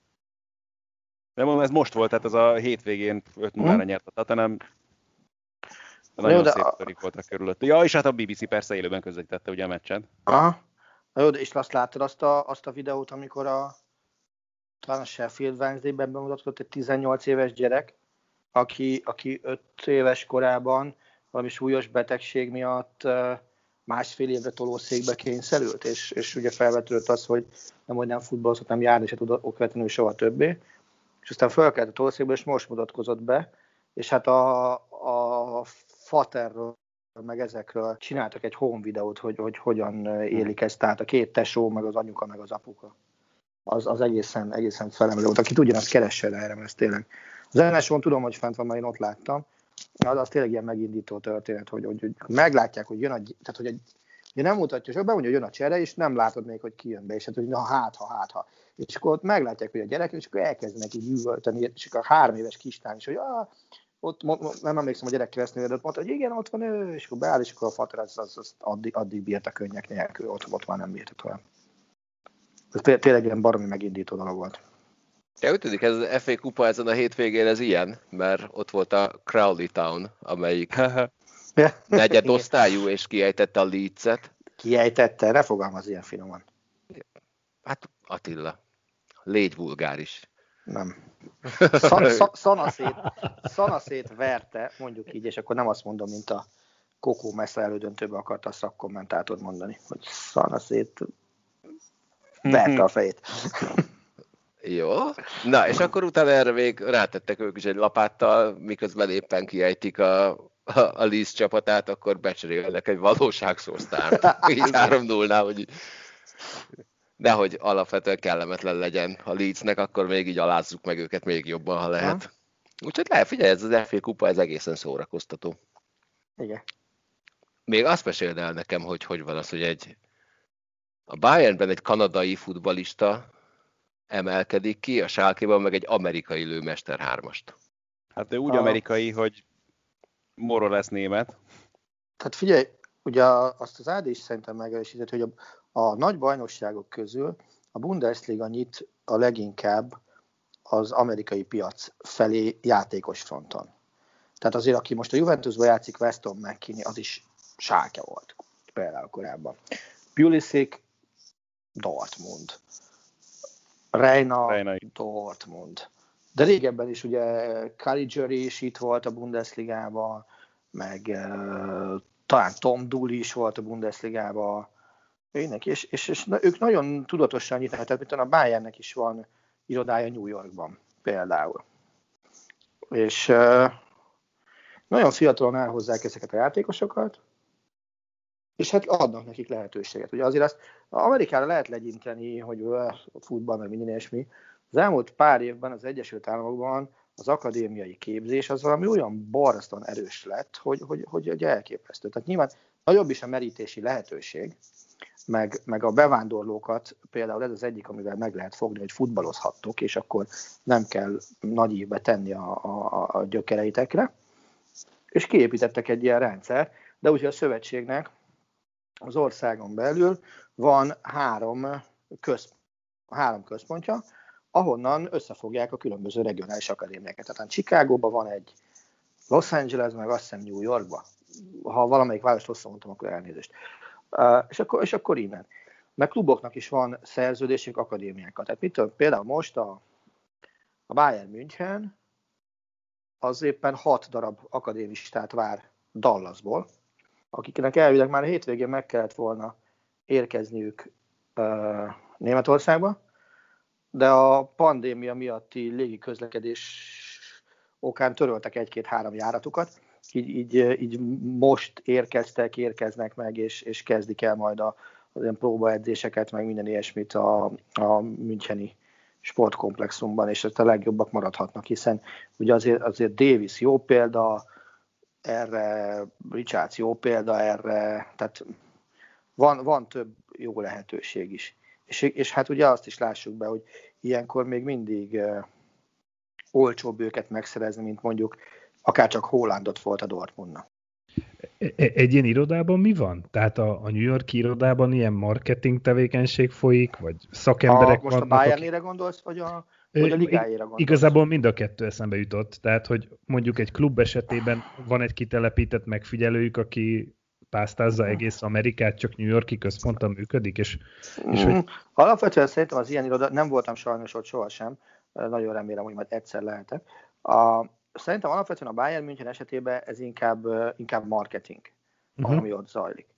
De mondom, ez most volt, tehát ez a hétvégén 5-0-ra nyert a Tottenham. Nagyon szép sztorik voltak körülött. Ja, és hát a BBC persze élőben közvetítette ugye a meccset. Aha. Na jó, de és azt láttad azt a videót, amikor talán a Sheffield Wednesday-ben bemutatott egy 18 éves gyerek, aki 5 éves korában valami súlyos betegség miatt másfél évre tolószékbe kényszerült, és ugye felvetődött az, hogy nem futballozott, nem járni se tud okvetlenül soha többé. És aztán felkelt a tolószékből, és most mutatkozott be, és hát a faterről, meg ezekről csináltak egy home videót, hogy hogyan élik ezt, tehát a két tesó, meg az anyuka, meg az apuka. Az egészen felemlő volt. Aki tudjon, azt keressen erre, mert ez tényleg. Az NSO-n tudom, hogy fent van, mert én ott láttam. Az tényleg ilyen megindító történet, hogy meglátják, hogy jön tehát hogy nem mutatja, és bemondja, hogy jön a csere, és nem látod még, hogy ki jön be, és hát, hogy hát. És akkor ott meglátják, hogy a gyerek, és akkor elkezdenek így üvölteni, és akkor a 3 éves kislány is, hogy ott nem emlékszem a gyerek keresztnél, de ott mondta, hogy igen, ott van ő, és akkor beáll, és akkor a fater az addig bírt a könnyek nélkül, ott már nem bírta tovább. Ez tényleg ilyen baromi megindító dolog volt. Ja, úgy tűnik, ez a FA Kupa ezen a hétvégén ez ilyen, mert ott volt a Crawley Town, amelyik negyedosztályú, és kiejtette a Leeds-et. Kiejtette? Ne fogalmaz ilyen finoman. Hát Attila, légy vulgáris. Nem. Szanaszét verte, mondjuk így, és akkor nem azt mondom, mint a Kokó Messze elődöntőbe akarta a szakkommentátor mondani, hogy Szanaszét verte a fejét. Jó. Na, és akkor utána erre még rátettek ők is egy lapáttal, miközben éppen kiejtik a Leeds csapatát, akkor becserélnek egy valóságszósztárt. Így 3-0-nál, hogy nehogy alapvetően kellemetlen legyen a Leedsnek, akkor még így alázzuk meg őket még jobban, ha lehet. Úgyhogy lehet, figyelj, ez az FA kupa, ez egészen szórakoztató. Igen. Még azt meséld el nekem, hogy van az, hogy a Bayernben egy kanadai futballista emelkedik ki, a Schalkeban meg egy amerikai lőmester 3-ast. Hát ő úgy amerikai, hogy Moro lesz német. Tehát figyelj, ugye azt az Ádi is szerintem megerősített, hogy a nagy bajnokságok közül a Bundesliga nyit a leginkább az amerikai piac felé játékos fronton. Tehát azért, aki most a Juventusban játszik, Weston McKennie, az is Schalke volt például korábban. Pulisic, Dortmund. Reina, Dortmund. De régebben is ugye Caligiuri is itt volt a Bundesligában, meg talán Tom Dooley is volt a Bundesligában. És ők nagyon tudatosan nyitnak, tehát a Bayernnek is van irodája New Yorkban például. És nagyon fiatalon elhozzák ezeket a játékosokat, és hát adnak nekik lehetőséget. Ugye azért azt Amerikára lehet legyinteni, hogy a futball, meg minden ilyesmi. Az elmúlt pár évben az Egyesült Államokban az akadémiai képzés az valami olyan borzasztóan erős lett, hogy elképesztő. Tehát nyilván nagyobb is a merítési lehetőség, meg a bevándorlókat, például ez az egyik, amivel meg lehet fogni, hogy futballozhattok, és akkor nem kell nagy évbe tenni a gyökereitekre. És kiépítettek egy ilyen rendszer, de ugye a szövetségnek az országon belül van három központja, ahonnan összefogják a különböző regionális akadémiákat. Tehát Chicagóban van egy, Los Angeles, meg azt hiszem New Yorkban. Ha valamelyik várost rosszul mondtam, akkor elnézést. És akkor innen. Meg kluboknak is van szerződésük akadémiákkal. Tehát például most a Bayern München az éppen 6 darab akadémistát vár Dallasból, akiknek elvileg már a hétvégén meg kellett volna érkezniük Németországba, de a pandémia miatti légiközlekedés okán töröltek 1-2-3 járatukat, így most érkeznek meg, és kezdik el majd az ilyen próbaedzéseket, meg minden ilyesmit a müncheni sportkomplexumban, és ezt a legjobbak maradhatnak, hiszen ugye azért Davis jó példa erre, Richards jó példa erre, tehát van több jó lehetőség is. És hát ugye azt is lássuk be, hogy ilyenkor még mindig olcsóbb őket megszerezni, mint mondjuk akárcsak Haalandot volt a Dortmundnak. Egy ilyen irodában mi van? Tehát a New York-i irodában ilyen marketing tevékenység folyik, vagy szakemberek most vannak? Most a Bayernére gondolsz, vagy a ligájára gondolsz? Igazából mind a kettő eszembe jutott. Tehát, hogy mondjuk egy klub esetében van egy kitelepített megfigyelőjük, aki pásztázza egész Amerikát, csak New York-i központtal működik, és hogy... Alapvetően szerintem az ilyen iroda, nem voltam sajnos ott sohasem, nagyon remélem, hogy majd egyszer lehetek. Szerintem alapvetően a Bayern München esetében ez inkább marketing, ami ott zajlik.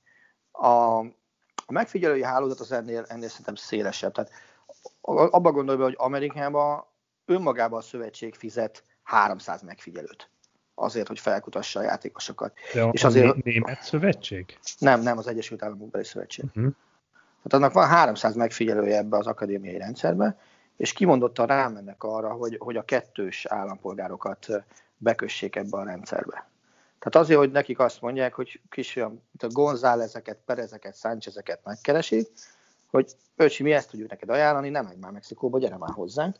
A megfigyelői hálózat az ennél szerintem szélesebb. Tehát abba gondolj be, hogy Amerikában önmagában a szövetség fizet 300 megfigyelőt azért, hogy felkutassa a játékosokat. De és azért német szövetség? Nem, az Egyesült Államokbeli Szövetség. Tehát annak van 300 megfigyelője ebbe az akadémiai rendszerbe, és kimondottan rámennek arra, hogy a kettős állampolgárokat bekössék ebbe a rendszerbe. Tehát azért, hogy nekik azt mondják, hogy kis olyan, a Gonzálezeket, Perezeket, Sánchezeket megkeresik, hogy öcsi, mi ezt tudjuk neked ajánlani, nem menj már Mexikóba, gyere már hozzánk.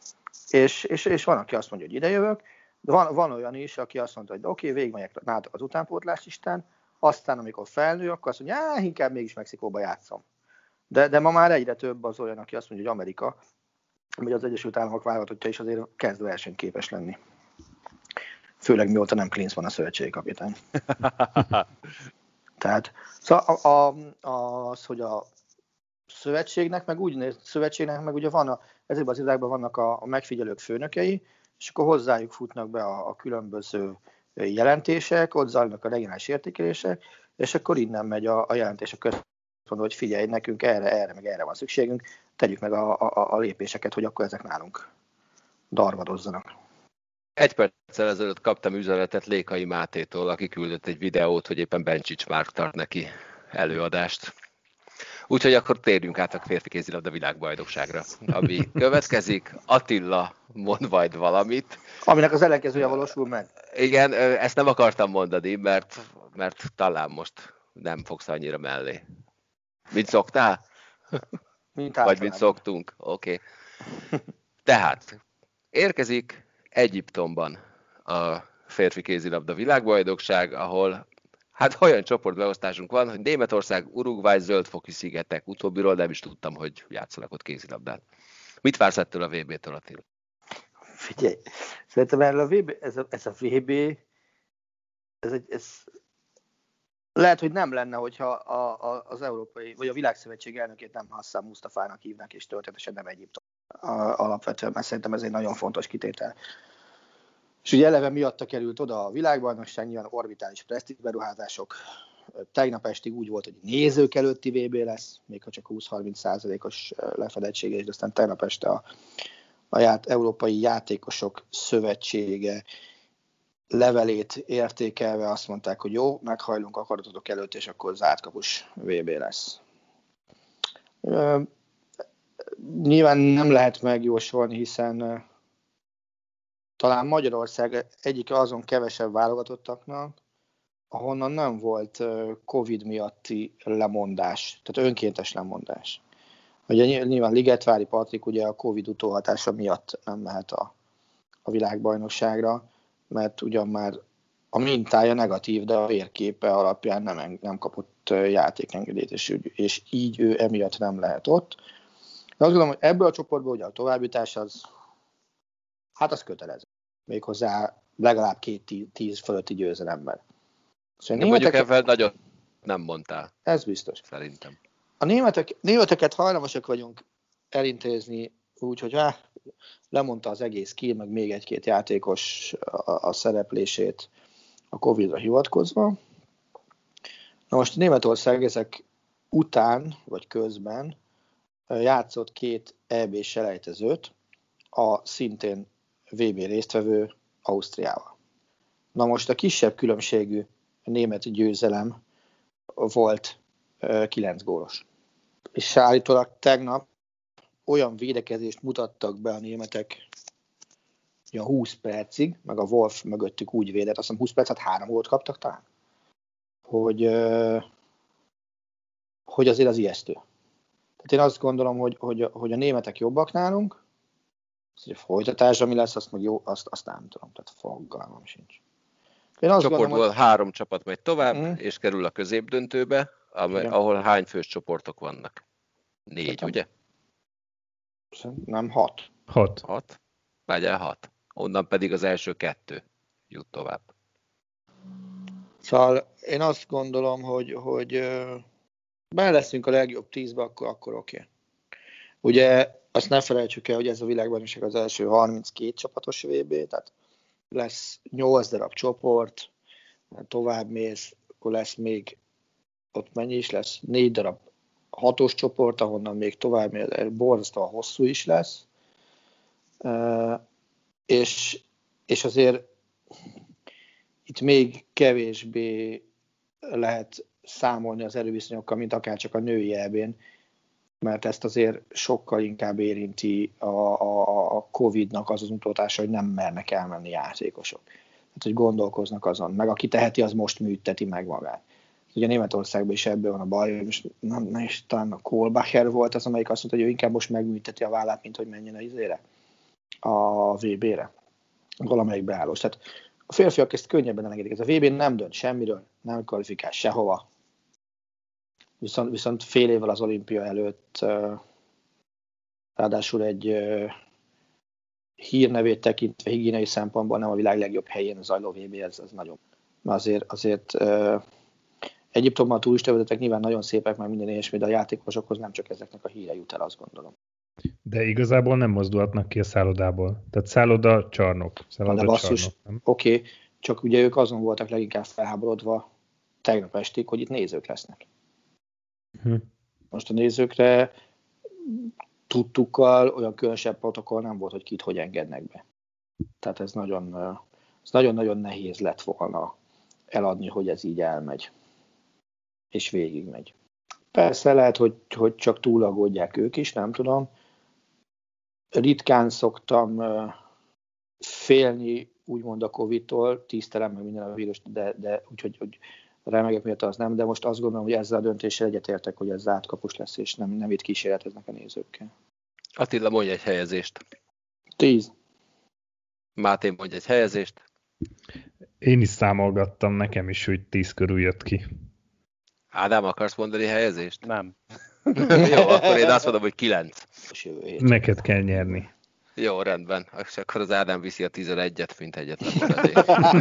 És van, aki azt mondja, hogy ide jövök, de van olyan is, aki azt mondta, hogy oké, végigmegyek nálatok az utánpótlás listán, aztán amikor felnő, akkor azt mondja, inkább mégis Mexikóba játszom. De ma már egyre több az olyan, aki azt mondja, hogy Amerika, vagy az Egyesült Államok válogatottja is azért kezd versenyképes lenni. Főleg mióta nem Klinsmann a szövetségi kapitány. Tehát az, hogy a szövetségnek, meg ugye van ezekben az irodákban vannak a megfigyelők főnökei, és akkor hozzájuk futnak be a különböző jelentések, ott zajlanak a regionális értékelések, és akkor innen megy a jelentés a központba, hogy figyelj, nekünk erre, meg erre van szükségünk, tegyük meg a lépéseket, hogy akkor ezek nálunk darvadozzanak. 1 perccel ezelőtt kaptam üzenetet Lékai Mátétól, aki küldött egy videót, hogy éppen Bencsics Márk tart neki előadást. Úgyhogy akkor térjünk át a férfi kézilabda világbajnokságra, ami következik. Attila mond majd valamit. Aminek az ellenkezője valósul meg. Igen, ezt nem akartam mondani, mert talán most nem fogsz annyira mellé. Mint szoktál? Vagy mint szoktunk? Oké. Tehát érkezik Egyiptomban a férfi kézilabda világbajnokság, ahol hát olyan csoportbeosztásunk van, hogy Németország, Uruguay, Zöld-foki szigetek, utóbbiról nem is tudtam, hogy játszanak ott kézilabdát. Mit vársz ettől a VB-től, Attila? Figyelj, szerintem erről a VB, ez a VB, ez lehet, hogy nem lenne, hogyha az Európai, vagy a Világszövetség elnökét nem Hassan Mustafának hívnak, és történetesen nem Egyiptom. Alapvetően, mert szerintem ez egy nagyon fontos kitétel. És ugye eleve miatta került oda a világbajnokság, nyilván orbitális presztízsberuházások. Tegnap estig úgy volt, hogy nézők előtti VB lesz, még ha csak 20-30%-os lefedettsége, és aztán tegnap este a Európai Játékosok Szövetsége levelét értékelve azt mondták, hogy jó, meghajlunk akaratotok előtt, és akkor zártkapus VB lesz. Nyilván nem lehet megjósolni, hiszen talán Magyarország egyik azon kevesebb válogatottaknak, ahonnan nem volt Covid miatti lemondás, tehát önkéntes lemondás. Ugye nyilván Ligetvári Patrik ugye a Covid utóhatása miatt nem mehet a világbajnokságra, mert ugyan már a mintája negatív, de a vérképe alapján nem kapott játékengedélyt, és így ő emiatt nem lehet ott. De azt gondolom, hogy ebből a csoportból ugye a továbbjutás az kötelező. Méghozzá legalább 2 10 fölötti győzelemmel. Szóval mondjuk ebben nagyon nem mondtál. Ez biztos. Szerintem. A németeket hajlamosak vagyunk elintézni úgy, hogy lemondta az egész Kiel, meg még 1-2 játékos a szereplését a Covid-ra hivatkozva. Na most Németország ezek után, vagy közben játszott 2 EB-s selejtezőt a szintén VB résztvevő Ausztriával. Na most a kisebb különbségű német győzelem volt 9 gólos. És állítólag tegnap olyan védekezést mutattak be a németek, hogy a 20 percig, meg a Wolf mögöttük úgy védett, azt hiszem 20 percet 3 gólt kaptak talán, hogy azért az ijesztő. Tehát én azt gondolom, hogy a németek jobbak nálunk, hogy a folytatásra mi lesz, azt meg jó, azt nem tudom, tehát fogalmam sincs. Csoportból 3 csapat megy tovább, és kerül a középdöntőbe, ahol hány fős csoportok vannak? 4, ugye? Nem 6. 6? Legyen 6. Onnan pedig az első 2 jut tovább. Szóval én azt gondolom, hogy benne leszünk a legjobb 10-be, akkor oké. Ugye azt ne felejtsük el, hogy ez a világbajnokság az első 32 csapatos VB, tehát lesz 8 darab csoport, tovább mész, akkor lesz még, ott mennyi is lesz, 4 darab 6-os csoport, ahonnan még tovább mész, borzasztóan hosszú is lesz. És azért itt még kevésbé lehet számolni az erőviszonyokkal, mint akár csak a női EB-n, mert ezt azért sokkal inkább érinti a Covid-nak az mutatása, hogy nem mernek elmenni játékosok. Tehát, hogy gondolkoznak azon, meg aki teheti, az most műteti meg magát. Ugye Németországban is ebből van a baj, hogy nem is talán a Kohlbacher volt az, amelyik azt mondta, hogy ő inkább most megműteti a vállát, mint hogy menjen a VB-re. Valamelyik beállós. Tehát a férfiak ezt könnyebben elengedik. Ez a VB nem dönt semmiről, nem kvalifikál sehova. Viszont fél évvel az olimpia előtt ráadásul egy hírnevét tekintve higiéniai szempontból nem a világ legjobb helyén zajló VB, ez nagyon. Azért Egyiptomban a turistavezetők nyilván nagyon szépek, már minden ilyesmi, de a játékosokhoz nem csak ezeknek a híre jut el, azt gondolom. De igazából nem mozdulhatnak ki a szállodából. Tehát szálloda, csarnok. Oké, csak ugye ők azon voltak leginkább felháborodva tegnap estig, hogy itt nézők lesznek. Most a nézőkre tudtukkal olyan különösebb protokoll nem volt, hogy kit hogy engednek be. Tehát ez nagyon-nagyon nehéz lett volna eladni, hogy ez így elmegy, és végigmegy. Persze lehet, hogy csak túlagódják ők is, nem tudom. Ritkán szoktam félni, úgymond a Covid-tól, tisztelem meg minden a vírus, de úgyhogy hogy remegek miatt az nem, de most azt gondolom, hogy ezzel a döntéssel egyetértek, hogy ez átkapus lesz, és nem itt kísérleteznek a nézőkkel. Attila, mondj egy helyezést. 10. Máté, mondj egy helyezést. Én is számolgattam, nekem is úgy 10 körül jött ki. Ádám, akarsz mondani helyezést? Nem. Jó, akkor én azt mondom, hogy 9. Neked kell nyerni. Jó, rendben. És akkor az Ádám viszi a 11-et, mint egyetlen maradék.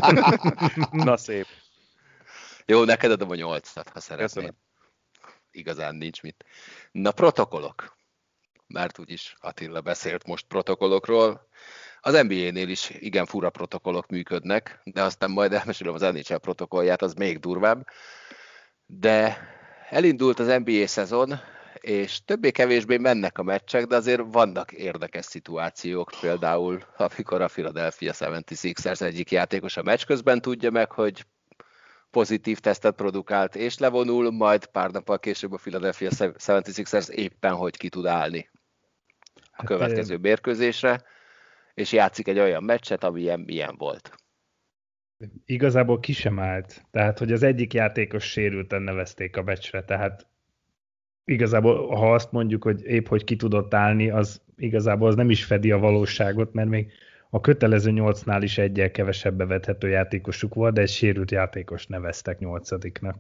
Na szép. Jó, neked adom a 8-at, ha szeretnéd. Igazán nincs mit. Na, protokollok. Mert úgyis Attila beszélt most protokollokról. Az NBA-nél is igen fura protokollok működnek, de aztán majd elmesélem az NHL protokollját, az még durvább. De elindult az NBA szezon, és többé-kevésbé mennek a meccsek, de azért vannak érdekes szituációk, például amikor a Philadelphia 76ers egyik játékos a meccs közben tudja meg, hogy pozitív tesztet produkált és levonul, majd pár nappal később a Philadelphia 76ers éppen hogy ki tud állni a következő mérkőzésre, és játszik egy olyan meccset, ami ilyen volt. Igazából ki sem állt. Tehát, hogy az egyik játékos sérülten nevezték a meccsre, tehát igazából, ha azt mondjuk, hogy épp hogy ki tudott állni, az igazából az nem is fedi a valóságot, mert még a kötelező 8-nál is egyel kevesebb bevethető játékosuk volt, de egy sérült játékos neveztek 8-nak.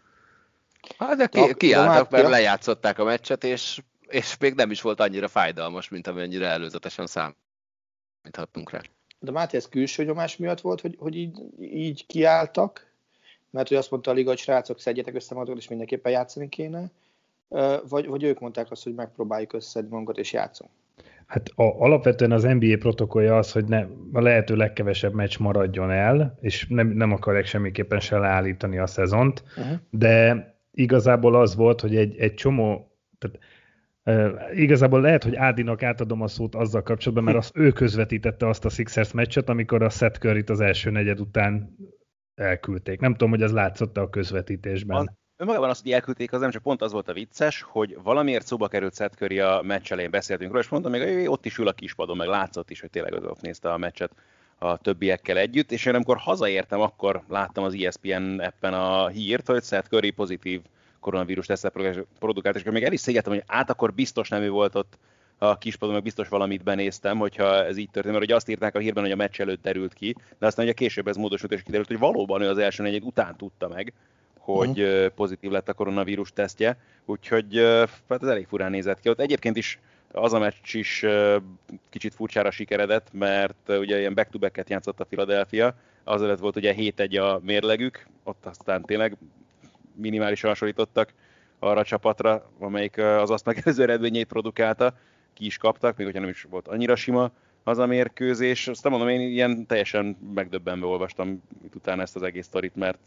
Hát de kiálltak, mert lejátszották a meccset, és még nem is volt annyira fájdalmas, mint amennyire előzetesen számíthattunk rá. De Máté, ez külső nyomás miatt volt, hogy így kiálltak? Mert hogy azt mondta a liga, hogy srácok, szedjetek össze magatokat, és mindenképpen játszani kéne? Vagy ők mondták azt, hogy megpróbáljuk összedni magunkat, és játszunk? Hát alapvetően az NBA protokollja az, hogy a lehető legkevesebb meccs maradjon el, és nem akarják semmiképpen se leállítani a szezont, de igazából az volt, hogy egy csomó... Tehát, igazából lehet, hogy Ádinak átadom a szót azzal kapcsolatban, mert ő közvetítette azt a Sixers meccset, amikor a Seth Curryt az első negyed után elküldték. Nem tudom, hogy ez látszott a közvetítésben. Önmagában azt, hogy elküldték, az nem csak pont az volt a vicces, hogy valamiért szóba került Seth Curry a meccs elején, beszéltünk róla, és mondtam még, hogy ott is ül a kispadon, meg látszott is, hogy tényleg ott nézte a meccset a többiekkel együtt, és én amikor hazaértem, akkor láttam az ESPN appen a hírt, hogy Seth Curry pozitív koronavírus tesztet produkált, és még el is szégyeltem, hogy akkor biztos nem ő volt ott a kispadon, meg biztos valamit benéztem, hogyha ez így történt, mert ugye azt írták a hírben, hogy a meccs előtt derült ki, de aztán ugye később ez módosult, és kiderült, hogy valóban ő az első negyed után tudta meg, hogy pozitív lett a koronavírus tesztje, úgyhogy hát ez elég furán nézett ki. Ott egyébként is az a meccs is kicsit furcsára sikeredett, mert ugye ilyen back-to-back-et játszott a Philadelphia, azért volt ugye 7-1 a mérlegük, ott aztán tényleg minimálisan hasonlítottak arra a csapatra, amelyik az azt megelőző eredményeit produkálta, ki is kaptak, még hogyha nem is volt annyira sima az a mérkőzés. Aztán mondom, én ilyen teljesen megdöbbenve olvastam utána ezt az egész sztorit, mert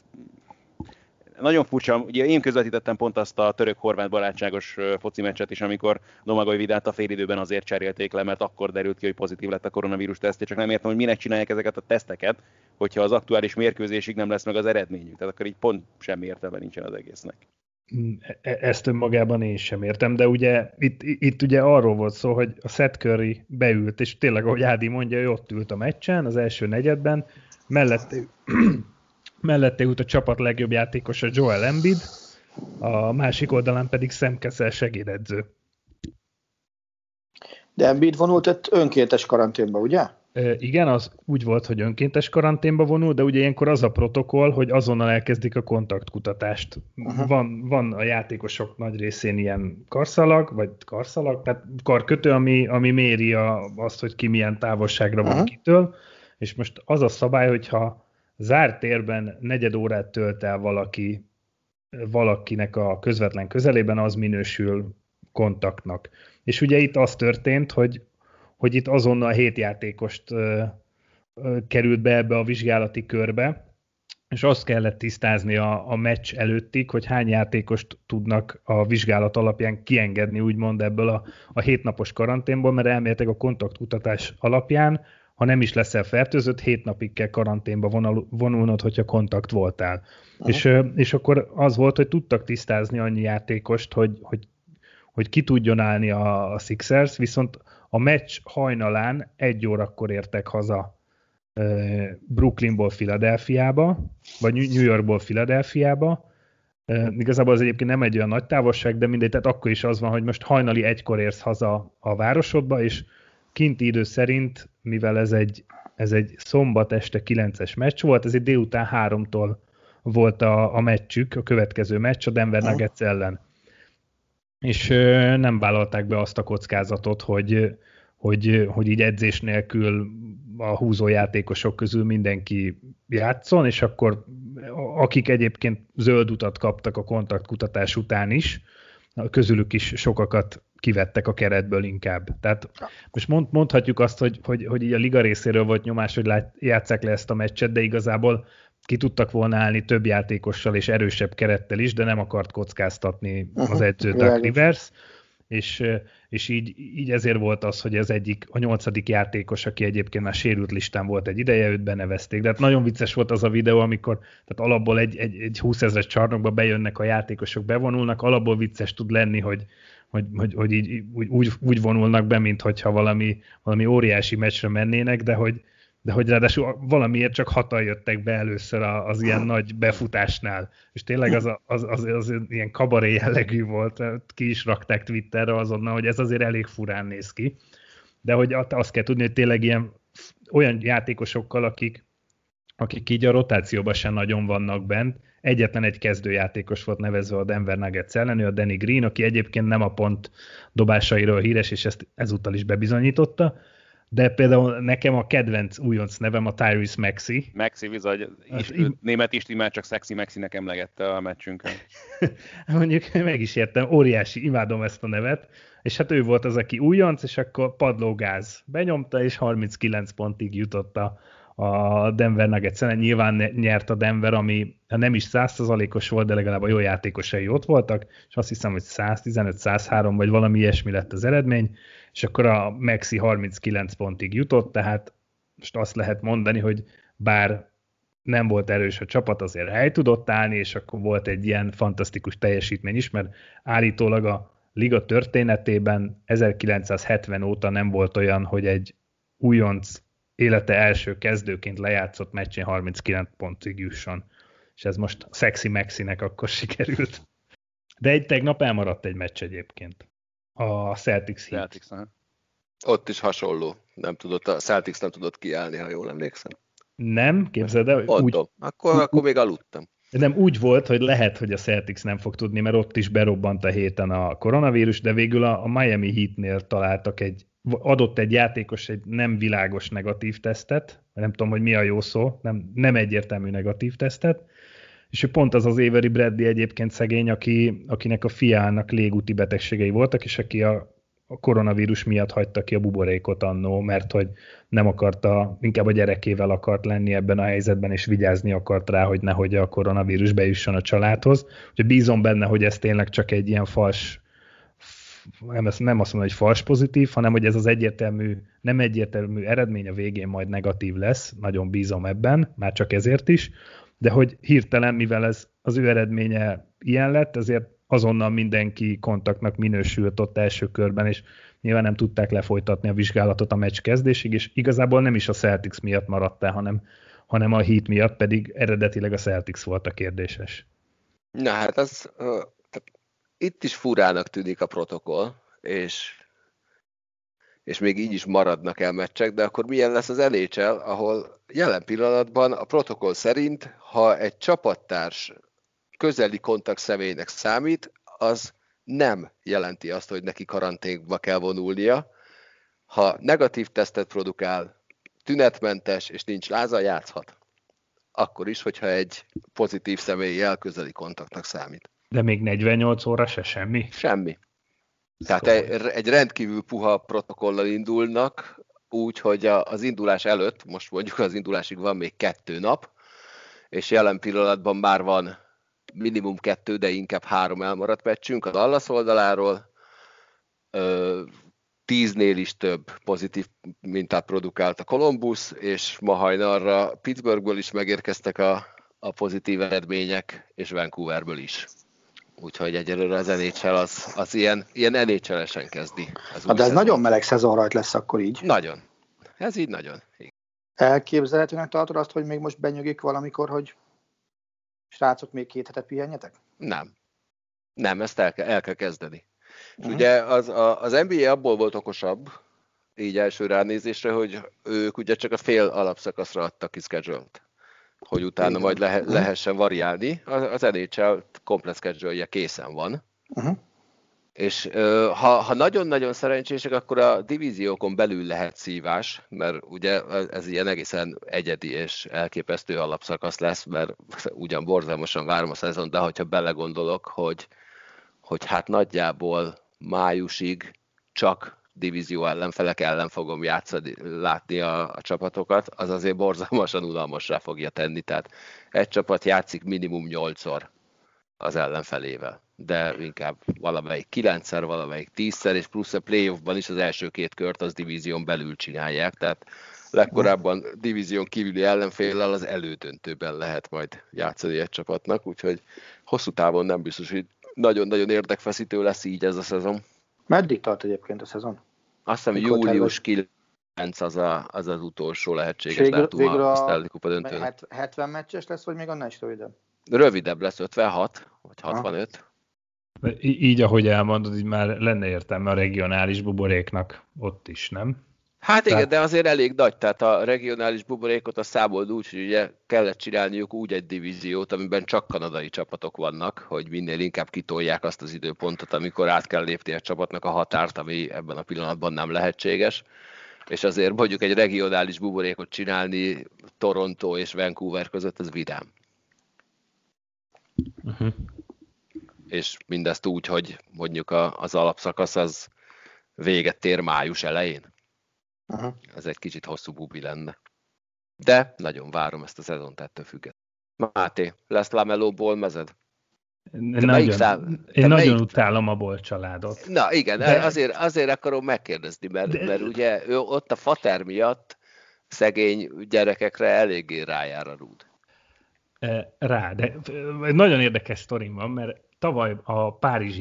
nagyon furcsa, ugye én közvetítettem pont azt a török-horvát barátságos foci meccset is, amikor Domagoj Vidát a félidőben azért cserélték le, mert akkor derült ki, hogy pozitív lett a koronavírus tesztje, csak nem értem, hogy minek csinálják ezeket a teszteket, hogyha az aktuális mérkőzésig nem lesz meg az eredményük. Tehát akkor így pont semmi értelme nincsen az egésznek. Ezt önmagában én sem értem, de ugye itt ugye arról volt szó, hogy a Seth Curry beült, és tényleg, ahogy Ádi mondja, ő ott ült a meccsen, az első negyedben, mellette ült a csapat legjobb játékosa Joel Embiid, a másik oldalán pedig Sam Cassell segédedző. De Embiid vonult önkéntes karanténba, ugye? Igen, az úgy volt, hogy önkéntes karanténba vonul, de ugye ilyenkor az a protokoll, hogy azonnal elkezdik a kontaktkutatást. Van a játékosok nagy részén ilyen karszalag, tehát karkötő, ami méri azt, hogy ki milyen távolságra van kitől, és most az a szabály, hogyha zárt térben negyed órát tölt el valakinek a közvetlen közelében, az minősül kontaktnak. És ugye itt az történt, hogy itt azonnal 7 játékost került be ebbe a vizsgálati körbe, és azt kellett tisztázni a meccs előttig, hogy hány játékost tudnak a vizsgálat alapján kiengedni, úgymond ebből a 7 napos karanténból, mert elméletileg a kontaktkutatás alapján, ha nem is leszel fertőzött, 7 napig kell karanténba vonulnod, hogyha kontakt voltál. És akkor az volt, hogy tudtak tisztázni annyi játékost, hogy ki tudjon állni a Sixers, viszont a meccs hajnalán 1 órakor értek haza Brooklynból Philadelphiába, vagy New Yorkból Philadelphiába. Igazából az egyébként nem egy olyan nagy távolság, de mindegy, tehát akkor is az van, hogy most hajnali 1-kor érsz haza a városodba, és kinti idő szerint, mivel ez egy szombat este 9-es meccs volt, ezért délután 3-tól volt a meccsük, a következő meccs a Denver Nuggets ellen. És nem vállalták be azt a kockázatot, hogy így edzés nélkül a húzójátékosok közül mindenki játszon, és akkor akik egyébként zöld utat kaptak a kontaktkutatás után is, közülük is sokakat kivettek a keretből inkább. Tehát most mondhatjuk azt, hogy így a liga részéről volt nyomás, hogy játsszák le ezt a meccset, de igazából ki tudtak volna állni több játékossal és erősebb kerettel is, de nem akart kockáztatni az edző Doug Rivers, és így ezért volt az, hogy a 8. játékos, aki egyébként már sérült listán volt egy ideje, őt benevezték. De hát nagyon vicces volt az a videó, amikor tehát alapból egy 20 000-es csarnokba bejönnek a játékosok, bevonulnak, alapból vicces tud lenni, hogy így úgy vonulnak be, mintha valami óriási meccsre mennének, de hogy ráadásul valamiért csak 6-an jöttek be először az ilyen nagy befutásnál. És tényleg az ilyen kabaré jellegű volt, ki is rakták Twitterre azonnal, hogy ez azért elég furán néz ki. De hogy azt kell tudni, hogy tényleg olyan játékosokkal, akik így a rotációban sem nagyon vannak bent. Egyetlen egy kezdőjátékos volt nevezve a Denver Nuggets ellen, ő a Danny Green, aki egyébként nem a pont dobásairól híres, és ezt ezúttal is bebizonyította. De például nekem a kedvenc újonc nevem a Tyrese Maxey. Maxey bizony, német Isti már csak Sexy Maxinek emlegette a meccsünkön. Mondjuk meg is értem, óriási, imádom ezt a nevet, és hát ő volt az, aki újonc, és akkor padlógáz benyomta, és 39 pontig jutott a Denver Nuggets ellen. Nyilván nyert a Denver, ami nem is 100%-os volt, de legalább a jó játékosai ott voltak, és azt hiszem, hogy 115-103 vagy valami ilyesmi lett az eredmény, és akkor a Maxi 39 pontig jutott, tehát most azt lehet mondani, hogy bár nem volt erős a csapat, azért hely tudott állni, és akkor volt egy ilyen fantasztikus teljesítmény is, mert állítólag a liga történetében 1970 óta nem volt olyan, hogy egy újonc élete első kezdőként lejátszott meccsén 39 pontig jusson. És ez most a Sexy Maxinek akkor sikerült. De tegnap elmaradt egy meccs egyébként. A Celtics Heat. Ott is hasonló. A Celtics nem tudott kiállni, ha jól emlékszem. Nem, képzeld el. Akkor még aludtam. Nem, úgy volt, hogy lehet, hogy a Celtics nem fog tudni, mert ott is berobbant a héten a koronavírus, de végül a Miami Heatnél találtak adott egy játékos egy nem világos negatív tesztet, nem tudom, hogy mi a jó szó, nem egyértelmű negatív tesztet, és ő pont az Avery Bradley egyébként szegény, akinek a fiának légúti betegségei voltak, és aki a koronavírus miatt hagyta ki a buborékot annó, mert hogy nem akarta, inkább a gyerekével akart lenni ebben a helyzetben, és vigyázni akart rá, hogy nehogy a koronavírus bejusson a családhoz. Úgyhogy bízom benne, hogy ez tényleg csak egy ilyen nem azt mondom, hogy fals pozitív, hanem hogy ez az nem egyértelmű eredmény a végén majd negatív lesz, nagyon bízom ebben, már csak ezért is, de hogy hirtelen, mivel ez az ő eredménye ilyen lett, ezért azonnal mindenki kontaktnak minősült ott első körben, és nyilván nem tudták lefolytatni a vizsgálatot a meccs kezdésig, és igazából nem is a Celtics miatt maradt el, hanem a Heat miatt, pedig eredetileg a Celtics volt a kérdéses. Na hát itt is furának tűnik a protokoll, és még így is maradnak el meccsek, de akkor milyen lesz az NHL, ahol jelen pillanatban a protokoll szerint, ha egy csapattárs közeli kontakt személynek számít, az nem jelenti azt, hogy neki karanténba kell vonulnia. Ha negatív tesztet produkál, tünetmentes és nincs láza, játszhat. Akkor is, hogyha egy pozitív személlyel közeli kontaktnak számít. De még 48 óra se semmi? Semmi. Tehát egy rendkívül puha protokollal indulnak, úgy, hogy az indulás előtt, most mondjuk az indulásig van még 2 nap, és jelen pillanatban már van minimum 2, de inkább 3 elmaradt meccsünk a Dallas oldaláról. 10-nél is több pozitív mintát produkált a Columbus, és ma hajnalra Pittsburghből is megérkeztek a pozitív eredmények, és Vancouverből is. Úgyhogy egyelőre az NHL az ilyen NHL-esen kezdi. De ez nagyon meleg szezon rajt lesz akkor így. Nagyon. Ez így nagyon. Elképzelhetőnek tartod azt, hogy még most benyögik valamikor, hogy srácok, még 2 hetet pihenjetek? Nem, ezt el kell kezdeni. És ugye az NBA abból volt okosabb, így első ránézésre, hogy ők ugye csak a fél alapszakaszra adtak ki schedule-t, hogy utána majd lehessen variálni. Az NHL komplet schedule-je készen van. És ha nagyon-nagyon szerencsések, akkor a divíziókon belül lehet szívás, mert ugye ez ilyen egészen egyedi és elképesztő alapszakasz lesz, mert ugyan borzalmasan várom a szezon, de hogyha belegondolok, hogy hát nagyjából májusig csak divízió ellenfelek ellen fogom látni a csapatokat, az azért borzalmasan unalmassá fogja tenni, tehát egy csapat játszik minimum 8-szor az ellenfelével, de inkább valamelyik 9-szer, valamelyik 10-szer, és plusz a playoffban is az első 2 kört az divízión belül csinálják, tehát legkorábban divízión kívüli ellenféllel az elődöntőben lehet majd játszani egy csapatnak, úgyhogy hosszú távon nem biztos, hogy nagyon-nagyon érdekfeszítő lesz így ez a szezon. Meddig tart egyébként a szezon? Azt hiszem, július 9 az utolsó lehetséges dátum a Stanley Kupa döntőnek. 70 meccses lesz, vagy még annál is rövidebb? Rövidebb lesz, 56 vagy 65. Így, ahogy elmondod, így már lenne értelme a regionális buboréknak ott is, nem? Hát igen, de azért elég nagy, tehát a regionális buborékot a számold úgy, hogy ugye kellett csinálniuk úgy egy divíziót, amiben csak kanadai csapatok vannak, hogy minél inkább kitolják azt az időpontot, amikor át kell lépni a csapatnak a határt, ami ebben a pillanatban nem lehetséges. És azért mondjuk egy regionális buborékot csinálni Toronto és Vancouver között, ez vidám. És mindezt úgy, hogy mondjuk az alapszakasz az véget ér május elején. Ez egy kicsit hosszú bubi lenne. De nagyon várom ezt a szezont ettől függetlenül. Máté, lesz Lamelo-ból mezed? Én nagyon utálom a Ball családot. Na igen, azért akarom megkérdezni, mert ugye ő ott a fater miatt szegény gyerekekre eléggé rájár a rúd. De nagyon érdekes sztorim van, mert tavaly a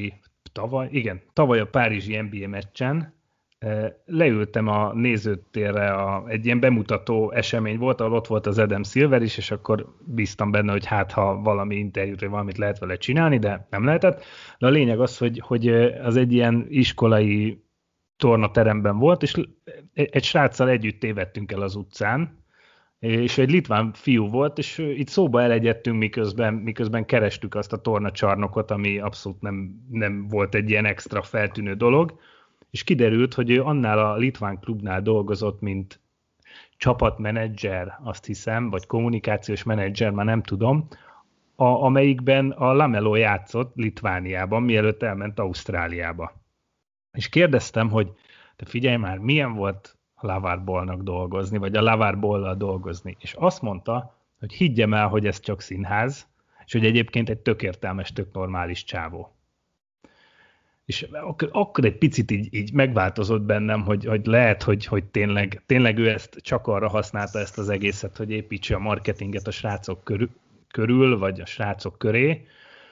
párizsi NBA meccsen leültem a nézőtérre, egy ilyen bemutató esemény volt, ahol ott volt az Adam Silver is, és akkor bíztam benne, hogy hát ha valami interjút, vagy valamit lehet vele csinálni, de nem lehetett. De a lényeg az, hogy az egy ilyen iskolai tornateremben volt, és egy sráccal együtt tévedtünk el az utcán, és egy litván fiú volt, és itt szóba elegyedtünk, miközben kerestük azt a tornacsarnokot, ami abszolút nem volt egy ilyen extra feltűnő dolog, és kiderült, hogy ő annál a litván klubnál dolgozott, mint csapatmenedzser, azt hiszem, vagy kommunikációs menedzser, már nem tudom, amelyikben a Lamelo játszott Litvániában, mielőtt elment Ausztráliába. És kérdeztem, hogy te figyelj már, milyen volt a LeVar Ballnak dolgozni, vagy a LeVar Ball-lal dolgozni. És azt mondta, hogy higgyem el, hogy ez csak színház, és hogy egyébként egy tök értelmes, tök normális csávó. És akkor egy picit így megváltozott bennem, hogy lehet, hogy tényleg ő ezt csak arra használta ezt az egészet, hogy építse a marketinget a srácok körül, vagy a srácok köré,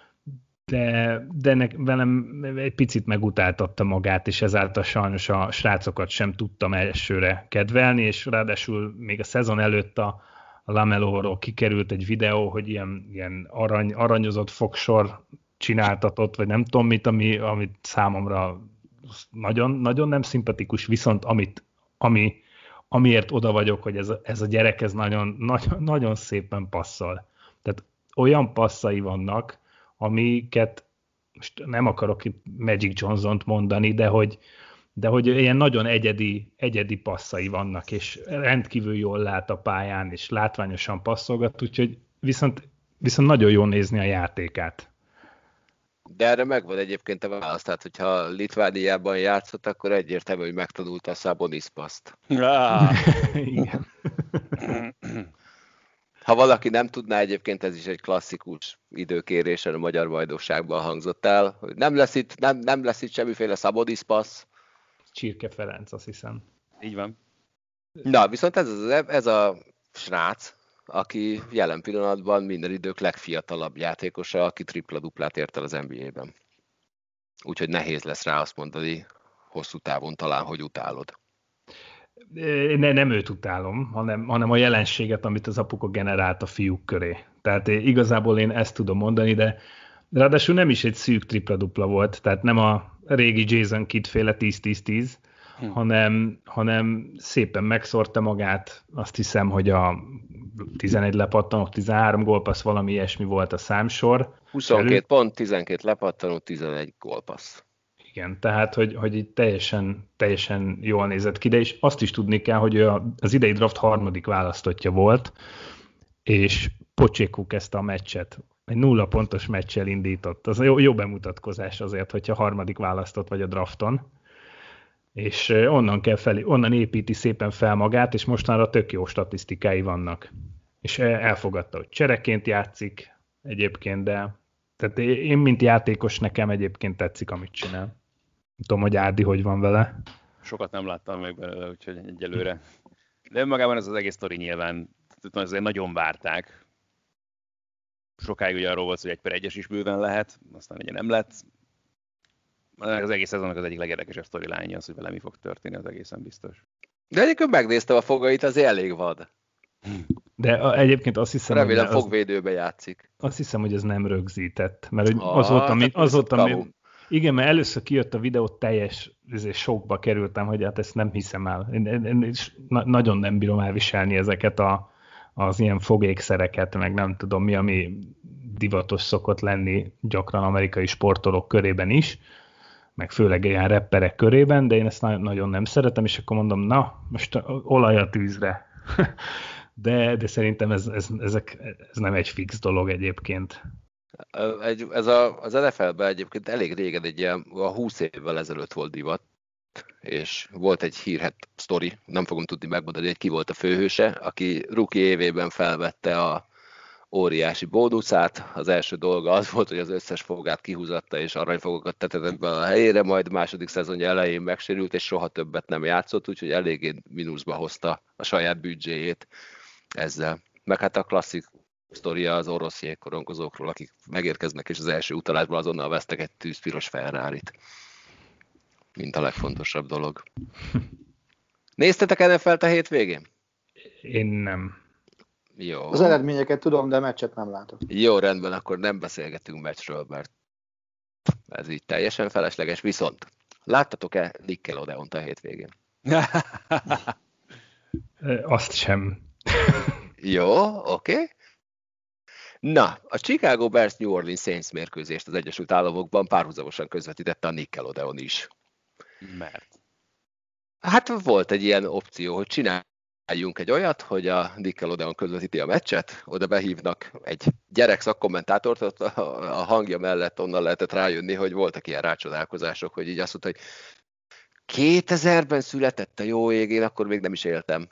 de velem egy picit megutáltatta magát, és ezáltal sajnos a srácokat sem tudtam elsőre kedvelni, és ráadásul még a szezon előtt a Lamelóról kikerült egy videó, hogy ilyen aranyozott fogsor csináltatott, vagy nem tudom mit, amit számomra nagyon, nagyon nem szimpatikus, viszont amiért oda vagyok, hogy ez a gyerek ez nagyon, nagyon, nagyon szépen passzol. Tehát olyan passzai vannak, amiket most nem akarok itt Magic Johnson-t mondani, de hogy ilyen nagyon egyedi passzai vannak, és rendkívül jól lát a pályán, és látványosan passzolgat, úgyhogy viszont nagyon jól nézni a játékát. De erre megvan egyébként a válasz, tehát hogyha Litvániában játszott, akkor egyértelmű, hogy megtanulta a Sabonis paszt. Igen. Ha valaki nem tudná, egyébként ez is egy klasszikus időkérésen a magyar bajnokságban hangzott el, hogy nem lesz itt semmiféle Sabonis passz, Csirke Ferenc, azt hiszem. Így van. Na, viszont ez a srác, aki jelen pillanatban minden idők legfiatalabb játékosa, aki tripla-duplát ért el az NBA-ben. Úgyhogy nehéz lesz rá azt mondani hosszú távon talán, hogy utálod. Nem őt utálom, hanem a jelenséget, amit az apuka generált a fiúk köré. Tehát igazából én ezt tudom mondani, de ráadásul nem is egy szűk tripla-dupla volt, tehát nem a régi Jason Kidd-féle 10-10-10, hanem szépen megszórta magát, azt hiszem, hogy a 11 lepattanó, 13 gólpassz, valami ilyesmi volt a számsor. 22 pont, 12 lepattanó, 11 gólpassz. Igen, tehát, hogy így teljesen jól nézett ki, de és azt is tudni kell, hogy ő az idei draft 3. választottja volt, és pocsékuk kezdte a meccset. Egy 0 pontos meccsel indított. Az jó bemutatkozás azért, hogyha 3. választott vagy a drafton. És onnan építi szépen fel magát, és mostanra tök jó statisztikái vannak. És elfogadta, hogy csereként játszik egyébként, de tehát én, mint játékos, nekem egyébként tetszik, amit csinál. Nem tudom, hogy Árdi hogy van vele. Sokat nem láttam még belőle, úgyhogy egyelőre. De önmagában ez az egész sztori nyilván, azért nagyon várták. Sokáig ugye arról volt, hogy 1/1 is bőven lehet, aztán ugye nem lett. Az egész szezonnak az egyik legérdekesebb sztorilánya az, hogy vele mi fog történni, az egészen biztos. De egyébként megnéztem a fogait, azért elég vad. De egyébként azt hiszem, remélem fogvédőbe játszik. Azt hiszem, hogy ez nem rögzített, mert azóta igen, mert először kijött a videó, teljes sokba kerültem, hogy hát ezt nem hiszem el. Én nagyon nem bírom elviselni ezeket az ilyen fogékszereket, meg nem tudom mi, ami divatos szokott lenni gyakran amerikai sportolók körében is, meg főleg ilyen rapperek körében, de én ezt nagyon nem szeretem, és akkor mondom, na, most olaj a tűzre. de szerintem ez nem egy fix dolog egyébként. Az NFL-ben egyébként elég régen, egy ilyen 20 évvel ezelőtt volt divat, és volt egy hírhet sztori, nem fogom tudni megmondani, hogy ki volt a főhőse, aki rookie évében felvette a óriási bónuszát. Az első dolga az volt, hogy az összes fogát kihúzatta, és aranyfogokat tetett be a helyére, majd második szezonja elején megsérült, és soha többet nem játszott, úgyhogy eléggé mínuszba hozta a saját büdzséjét ezzel. Meg hát a klasszik sztoria az orosz jégkorongozókról, akik megérkeznek, és az első utalásban azonnal vesztek egy tűzpiros Ferrarit. Mint a legfontosabb dolog. Néztetek NFL-t a hétvégén? Én nem. Jó. Az eredményeket tudom, de meccset nem látok. Jó, rendben, akkor nem beszélgetünk meccsről, mert ez így teljesen felesleges. Viszont láttatok-e Nickelodeont a hétvégén? Azt sem. Jó, oké. Na, a Chicago Bears New Orleans Saints mérkőzést az Egyesült Államokban párhuzamosan közvetítette a Nickelodeon is. Mert? Hát volt egy ilyen opció, hogy csináljunk egy olyat, hogy a Nickelodeon közvetíti a meccset, oda behívnak egy gyerek szakkommentátort, ott a hangja mellett onnan lehetett rájönni, hogy voltak ilyen rácsodálkozások, hogy így azt mondta, hogy 2000-ben született a jó ég, én akkor még nem is éltem.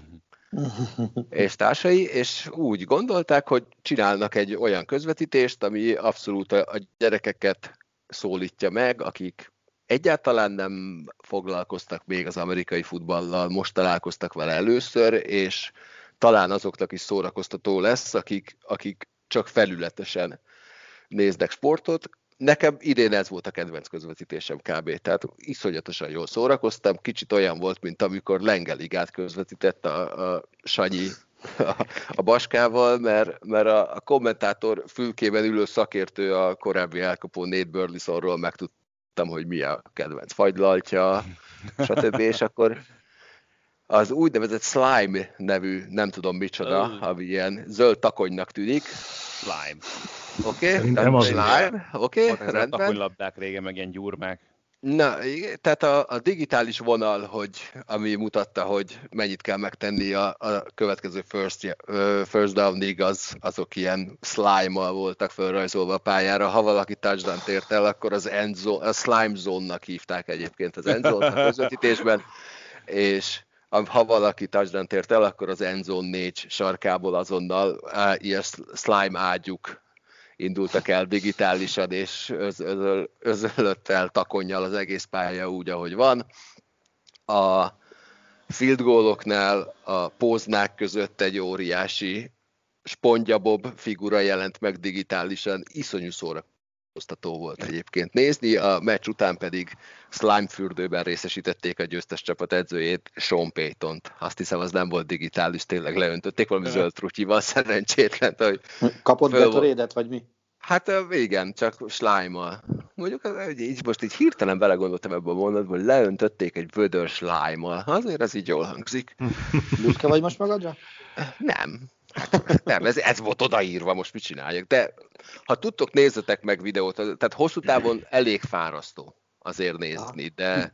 És társai, és úgy gondolták, hogy csinálnak egy olyan közvetítést, ami abszolút a gyerekeket szólítja meg, akik egyáltalán nem foglalkoztak még az amerikai futballal, most találkoztak vele először, és talán azoknak is szórakoztató lesz, akik csak felületesen néznek sportot. Nekem idén ez volt a kedvenc közvetítésem kb. Tehát iszonyatosan jól szórakoztam, kicsit olyan volt, mint amikor Lengeligát közvetített a Sanyi a Baskával, mert a kommentátor fülkében ülő szakértő a korábbi elkapó Nate Burlesonról megtudtam, hogy mi a kedvenc fagylaltja, stb. És akkor az úgynevezett Slime nevű, nem tudom micsoda, ami ilyen zöld takonynak tűnik. Slime. Oké, Slime, oké, rendben. A takonylabdák régen, meg ilyen gyurmák. Na, tehát a digitális vonal, ami mutatta, hogy mennyit kell megtenni a következő first down-ig, azok ilyen slime-mal voltak felrajzolva a pályára. Ha valaki touchdown-t ért el, akkor az end zone, a slime zone-nak hívták egyébként az end zone-t a közvetítésben, és ha valaki touchdown-t ért el, akkor az end zone 4 sarkából azonnal ilyen slime ágyuk indultak el digitálisan, és özöllött el takonnyal az egész pálya úgy, ahogy van. A field goaloknál a póznák között egy óriási SpongeBob figura jelent meg digitálisan, iszonyú szórakoztató volt egyébként nézni, a meccs után pedig slime fürdőben részesítették a győztes csapat edzőjét, Sean Paytont. Azt hiszem, az nem volt digitális, tényleg leöntötték valami zöld trutyival, szerencsétlen. Hogy kapott Gatorédet, vagy mi? Hát igen, csak slime-mal. Mondjuk most így hirtelen belegondoltam ebbe a mondatba, hogy leöntötték egy vödör slime-mal. Azért ez így jól hangzik. Büszke vagy most magadra? Nem. Hát, nem, ez volt odaírva, most mit csináljak. De ha tudtok, nézzetek meg videót, tehát hosszú távon elég fárasztó azért nézni,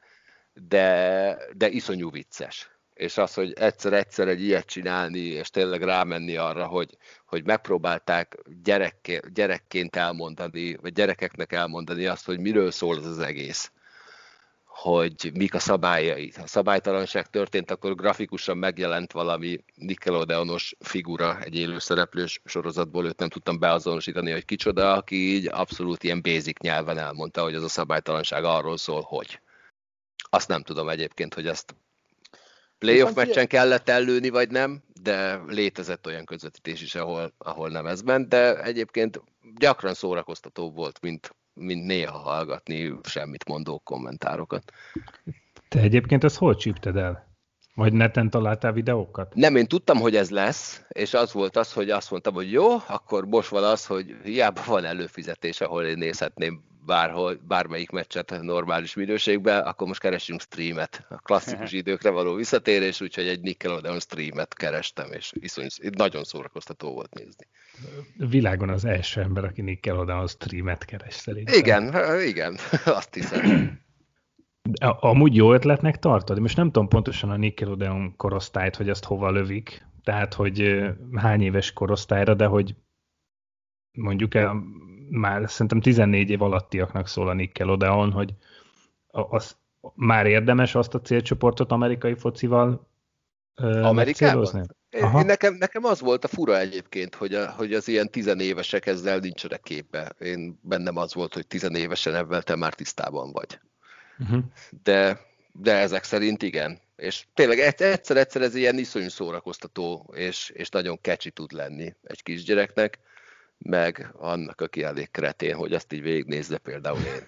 de iszonyú vicces. És az, hogy egyszer egy ilyet csinálni, és tényleg rámenni arra, hogy megpróbálták gyerekként elmondani, vagy gyerekeknek elmondani azt, hogy miről szól az egész. Hogy mik a szabályai. Ha szabálytalanság történt, akkor grafikusan megjelent valami Nickelodeonos figura egy élőszereplős sorozatból, őt nem tudtam beazonosítani, hogy kicsoda, aki így abszolút ilyen basic nyelven elmondta, hogy az a szabálytalanság arról szól, hogy. Azt nem tudom egyébként, hogy ezt playoff meccsen kellett ellőni, vagy nem, de létezett olyan közvetítés is, ahol nem ez ment, de egyébként gyakran szórakoztató volt, mint néha hallgatni semmit mondó kommentárokat. Te egyébként ezt hol csípted el? Vagy neten találtál videókat? Nem, én tudtam, hogy ez lesz, és az volt az, hogy azt mondtam, hogy jó, akkor most van az, hogy hiába van előfizetés, ahol én nézhetném bármelyik meccset normális minőségben, akkor most keressünk streamet. A klasszikus időkre való visszatérés, úgyhogy egy Nickelodeon streamet kerestem, és nagyon szórakoztató volt nézni. Világon az első ember, aki Nickelodeon streamet keres szerintem. Igen, azt hiszem. Amúgy jó ötletnek tartod? Most nem tudom pontosan a Nickelodeon korosztályt, hogy azt hova lövik, tehát hogy hány éves korosztályra, de hogy mondjuk már szerintem 14 év alattiaknak szól a Nickelodeon, hogy az már érdemes azt a célcsoportot amerikai focival megcélozni? Nekem az volt a fura egyébként, hogy az ilyen 10 évesek ezzel nincsenek képbe. Én bennem az volt, hogy 10 évesen ebben te már tisztában vagy. De ezek szerint igen. És tényleg egyszer ez ilyen iszonyú szórakoztató, és nagyon catchy tud lenni egy kisgyereknek, meg annak, aki elég kretén, hogy azt így végignézze, például én.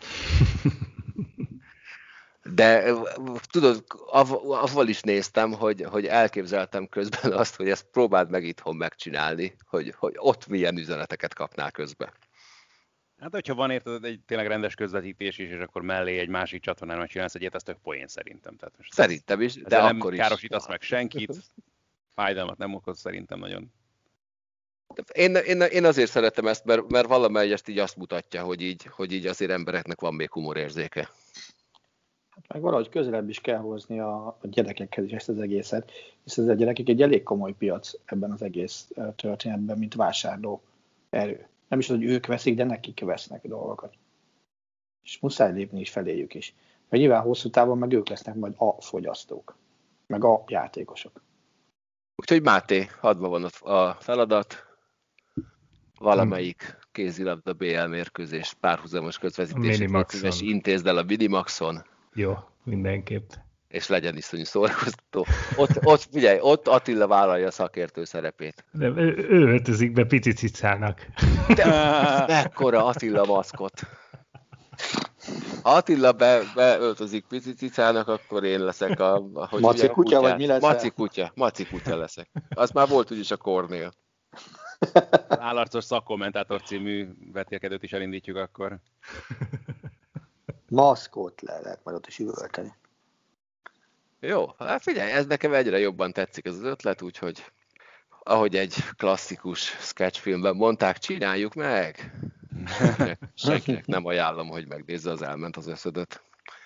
De tudod, avval is néztem, hogy elképzeltem közben azt, hogy ezt próbáld meg itthon megcsinálni, hogy ott milyen üzeneteket kapnál közben. Hát, hogyha van érted egy tényleg rendes közvetítés is, és akkor mellé egy másik csatornán megcsinálsz egyet, az tök poén szerintem. Tehát most szerintem is, de nem akkor is. Károsítasz meg senkit, fájdalmat nem okoz szerintem nagyon. Én azért szeretem ezt, mert valamelyest így azt mutatja, hogy így azért embereknek van még humorérzéke. Hát meg valahogy közelebb is kell hozni a gyerekekhez is ezt az egészet, hiszen a gyerekek egy elég komoly piac ebben az egész történetben, mint vásárló erő. Nem is az, hogy ők veszik, de nekik vesznek dolgokat. És muszáj lépni is feléjük is. Mert nyilván hosszú távon meg ők lesznek majd a fogyasztók, meg a játékosok. Úgyhogy Máté, hadba van a feladat. Valamelyik kézilabda BL mérkőzés párhuzamos közvetítését, és intézd el a Minimaxon. Jó, mindenképp. És legyen iszonyú szórakoztató. Ott Attila vállalja a szakértő szerepét. De ő öltözik be Pici Cicának. Mekkora Attila maszkot. Ha Attila beöltözik Pici Cicának, akkor én leszek a Maci kutya, vagy mi lesz? Maci kutya leszek. Az már volt úgyis a Kornél. Állarcos szakkommentátor című vetélkedőt is elindítjuk akkor. Maszkot lehet majd ott is üvölteni. Jó, hát figyelj, ez nekem egyre jobban tetszik ez az ötlet, úgyhogy ahogy egy klasszikus sketchfilmben mondták, csináljuk meg! Senkinek nem ajánlom, hogy megnézze, az elment az összödöt.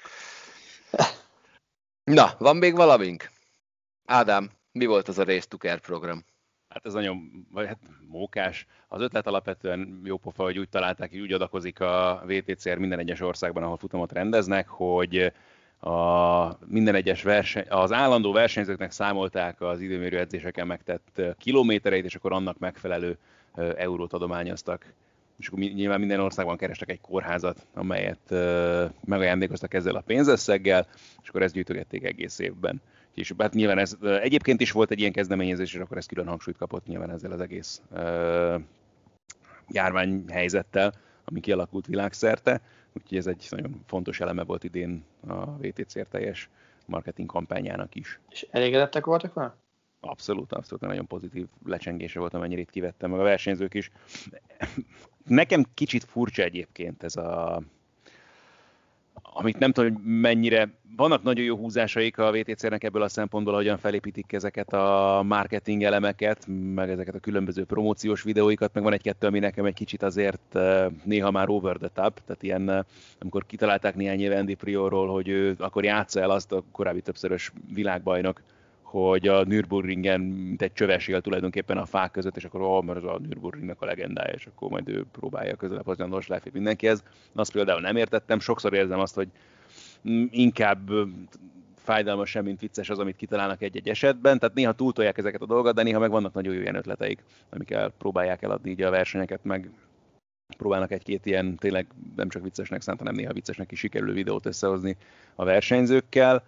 Na, van még valamink? Ádám, mi volt az a Race to Care program? Hát ez nagyon mókás. Az ötlet alapvetően jópofa, hogy úgy találták, hogy úgy adakozik a VTCR minden egyes országban, ahol futamot rendeznek, hogy minden egyes az állandó versenyzőknek számolták az időmérő edzéseken megtett kilométereit, és akkor annak megfelelő eurót adományoztak és akkor nyilván minden országban kerestek egy kórházat, amelyet megajándékoztak ezzel a pénzösszeggel, és akkor ezt gyűjtögették egész évben. És hát nyilván ez egyébként is volt egy ilyen kezdeményezés, és akkor ez külön hangsúlyt kapott nyilván ezzel az egész járványhelyzettel, ami kialakult világszerte. Úgyhogy ez egy nagyon fontos eleme volt idén a VTCR teljes marketing kampányának is. És elégedettek voltak vele? Abszolút, nagyon pozitív lecsengése volt, amennyire itt kivettem, meg a versenyzők is. Nekem kicsit furcsa egyébként ez amit nem tudom, hogy mennyire, vannak nagyon jó húzásaik a VTCR-nek ebből a szempontból, hogyan felépítik ezeket a marketing elemeket, meg ezeket a különböző promóciós videóikat, meg van egy-kettő, ami nekem egy kicsit azért néha már over the top, tehát ilyen, amikor kitalálták néhány éve Andy Priorról, hogy ő akkor játsza el azt a korábbi többszörös világbajnok, hogy a Nürburgringen mint egy csöves él tulajdonképpen a fák között, és akkor mert az a Nürburgringnek a legendája, és akkor majd ő próbálja közelebb hozni a Nordschleife mindenkihez. Azt például nem értettem, sokszor érzem azt, hogy inkább fájdalmas sem, mint vicces az, amit kitalálnak egy-egy esetben, tehát néha túltolják ezeket a dolgokat, de néha meg vannak nagyon jó ilyen ötleteik, amikkel próbálják eladni így a versenyeket, meg próbálnak egy-két ilyen tényleg nem csak viccesnek szánt, hanem néha viccesnek is sikerülő videót összehozni a versenyzőkkel.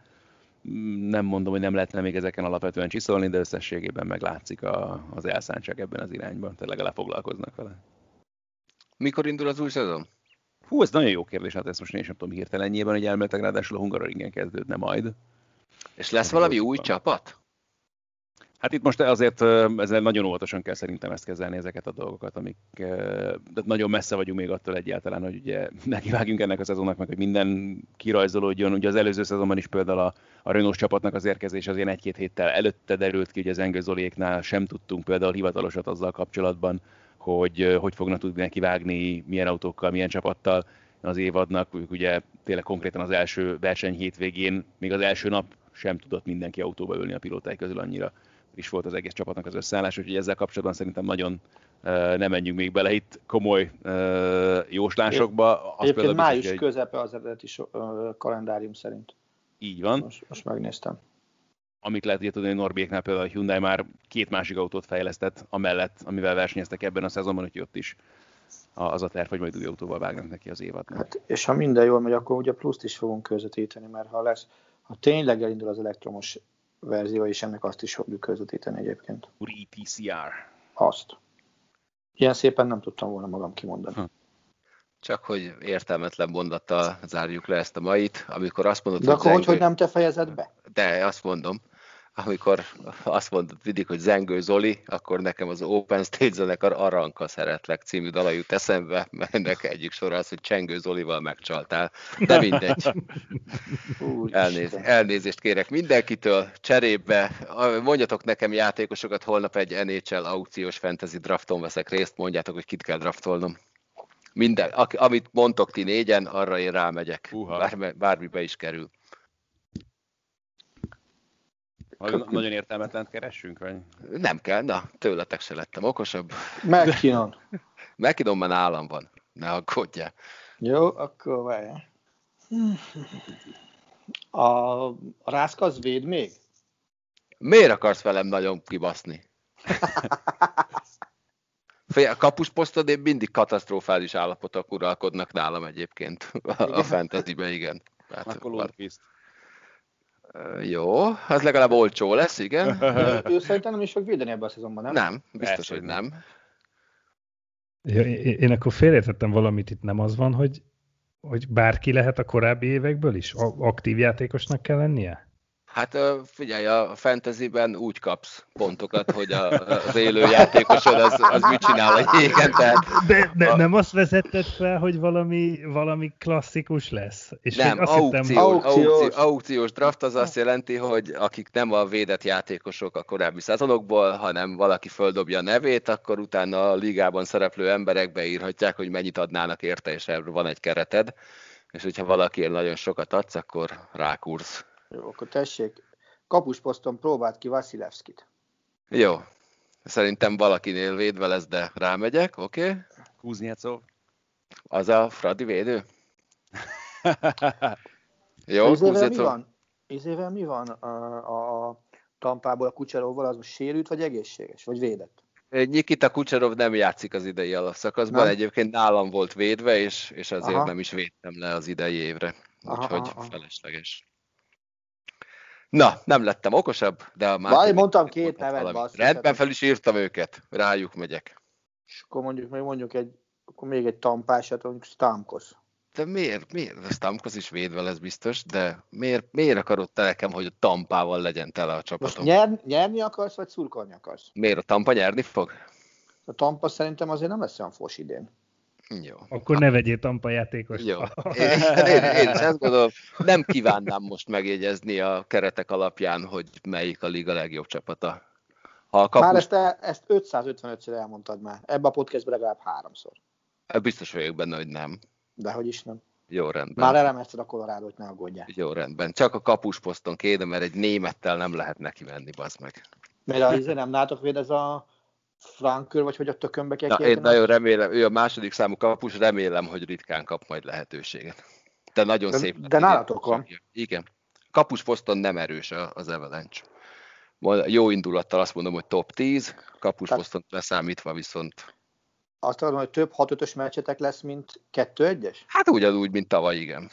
Nem mondom, hogy nem lehetne még ezeken alapvetően csiszolni, de összességében meglátszik az elszántság ebben az irányban, tehát legalább foglalkoznak vele. Mikor indul az új szezon? Hú, ez nagyon jó kérdés, hát ezt most én sem tudom hirtelenjében, hogy elméletileg ráadásul a Hungaroringen kezdődne majd. És lesz valami új csapat? Hát itt most azért ezzel nagyon óvatosan kell szerintem ezt kezelni, ezeket a dolgokat, amik de nagyon messze vagyunk még attól egyáltalán, hogy ugye nekivágjunk ennek a szezonnak, meg hogy minden kirajzolódjon. Ugye az előző szezonban is például a Renault csapatnak az érkezés az ilyen 1-2 héttel előtte derült ki, hogy az Engel Zoliéknál sem tudtunk például hivatalosat azzal kapcsolatban, hogy fognak tudni nekivágni, milyen autókkal, milyen csapattal az évadnak. Ők ugye tényleg konkrétan az első verseny hétvégén, még az első nap sem tudott mindenki autóba ülni a pilóták közül, annyira is volt az egész csapatnak az összeállás, úgyhogy ezzel kapcsolatban szerintem nagyon nem menjünk még bele itt komoly jóslásokba. Egyébként május közepe az eredeti kalendárium szerint. Így van. Most megnéztem. Amit lehet ugye tudni, hogy Norbiéknál például a Hyundai már 2 másik autót fejlesztett amellett, amivel versenyeztek ebben a szezonban, úgyhogy ott is az a terv, hogy majd új autóval vágnak neki az évadnak. Hát, és ha minden jól megy, akkor ugye pluszt is fogunk közvetíteni, mert ha tényleg elindul az elektromos verzió, és ennek azt is fogjuk közvetíteni egyébként. Uri PCR. Azt. Ilyen szépen nem tudtam volna magam kimondani. Csak hogy értelmetlen mondattal zárjuk le ezt a mait, amikor azt mondod, de akkor hogy nem te fejezed be? De azt mondom, amikor azt mondod mindig, hogy Zengő Zoli, akkor nekem az Open Stage zenekar Aranka szeretlek című dala jut eszembe, mert ennek egyik sor az, hogy Csengő Zolival megcsaltál. De mindegy. Elnézést kérek mindenkitől. Cserébe mondjatok nekem játékosokat, holnap egy NHL aukciós fantasy drafton veszek részt, mondjátok, hogy kit kell draftolnom. Minden, amit mondtok ti négyen, arra én rámegyek. Bármibe is kerül. Nagyon értelmetlent keressünk, vagy? Nem kell, na, tőletek se lettem okosabb. McKinnon. McKinnon már nálam van, ne aggódjál. Jó, akkor várjál. A Rászka az véd még? Miért akarsz velem nagyon kibaszni? A kapusposztod mindig katasztrofális állapotok uralkodnak nálam egyébként a fantasyben, igen. Akkor Lundqvist. Jó, az legalább olcsó lesz, igen. Ő szerintem nem is fog védeni ebben a szezonban, nem? Nem, biztos, hogy nem. Ja, én akkor félreértettem valamit, itt nem az van, hogy bárki lehet a korábbi évekből is? Aktív játékosnak kell lennie? Hát figyelj, a fantasyben úgy kapsz pontokat, hogy az élő játékosod az mit csinál a jégen. Tehát de nem azt vezetted fel, hogy valami klasszikus lesz? És nem, aukciós draft az azt jelenti, hogy akik nem a védett játékosok a korábbi szezonokból, hanem valaki földobja a nevét, akkor utána a ligában szereplő emberek beírhatják, hogy mennyit adnának érte, és erről van egy kereted. És hogyha valakiért nagyon sokat adsz, akkor rákúrsz. Jó, akkor tessék, kapusposzton próbált ki Vasilevskit. Jó, szerintem valakinél védve lesz, de rámegyek, oké? Okay. Kuznyecov. Az a Fradi védő? Jó, Kuznyecov. Mi van a Tampából a Kucserovval, az most sérült, vagy egészséges, vagy védett? Nikita Kucherov nem játszik az idei alapszakaszban, egyébként nálam volt védve, és azért nem is védtem le az idei évre. Úgyhogy felesleges. Na, nem lettem okosabb, de már... mondtam 2 nevet, basszus. Rendben fel is írtam őket, rájuk megyek. És akkor mondjuk még egy tampásat, mondjuk Stamkos. De miért? Stamkos is védve lesz biztos, de miért akarod te nekem, hogy a Tampával legyen tele a csapatom? Most nyerni akarsz, vagy szurkolni akarsz? Miért? A Tampa nyerni fog? A Tampa szerintem azért nem lesz olyan fos idén. Jó. Akkor ne vegyél Tampa játékost. Jó. Én is ezt gondolom, nem kívánnám most megjegyezni a keretek alapján, hogy melyik a liga legjobb csapata. Már ezt 555-ször elmondtad már. Ebben a podcastben legalább 3-szor. Biztos vagyok benne, hogy nem. Dehogy is nem. Jó, rendben. Már elemezted a Colorado-t, ne aggódjál. Jó, rendben. Csak a kapusposzton kéne, mert egy némettel nem lehet neki menni, bazd meg. Mert nem nátok véd ez a Frankör, vagy hogy a tökönbe kell kérteni? Én nagyon remélem, ő a második számú kapus, remélem, hogy ritkán kap majd lehetőséget. De nagyon szép. De nálatok van. Igen. Kapusposzton nem erős az Avalanche. Jó indulattal azt mondom, hogy top 10, kapusposzton leszámítva viszont... Azt mondom, hogy több 6-5-ös meccsetek lesz, mint 2-1-es? Hát ugyanúgy, mint tavaly, igen.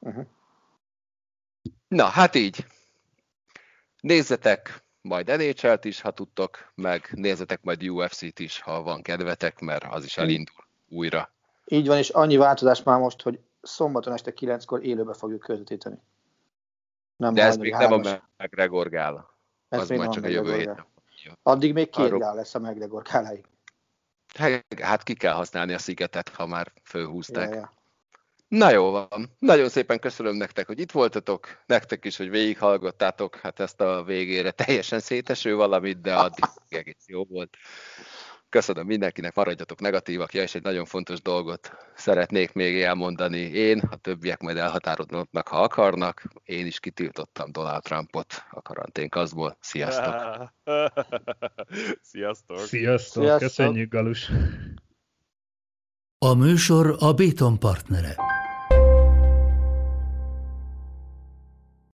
Na, hát így. Nézzetek majd NHL-t is, ha tudtok, meg nézzetek majd UFC-t is, ha van kedvetek, mert az is elindul újra. Így van, és annyi változás már most, hogy szombaton este 9-kor élőbe fogjuk közvetíteni. De ez még nem a McGregor gála. Az majd csak a jövő héten. Addig még 2 gál lesz a McGregor gáláig. Hát ki kell használni a szigetet, ha már fölhúzták. Ja. Na jó van. Nagyon szépen köszönöm nektek, hogy itt voltatok, nektek is, hogy végighallgattátok, hát ezt a végére teljesen széteső valamit, de addig egész jó volt. Köszönöm mindenkinek, maradjatok negatívak, és egy nagyon fontos dolgot szeretnék még elmondani. Én, a többiek majd elhatárolódnak, ha akarnak, én is kitiltottam Donald Trumpot a karanténkaszból. Sziasztok! Sziasztok! Köszönjük, Galus! A műsor a Béton partnere.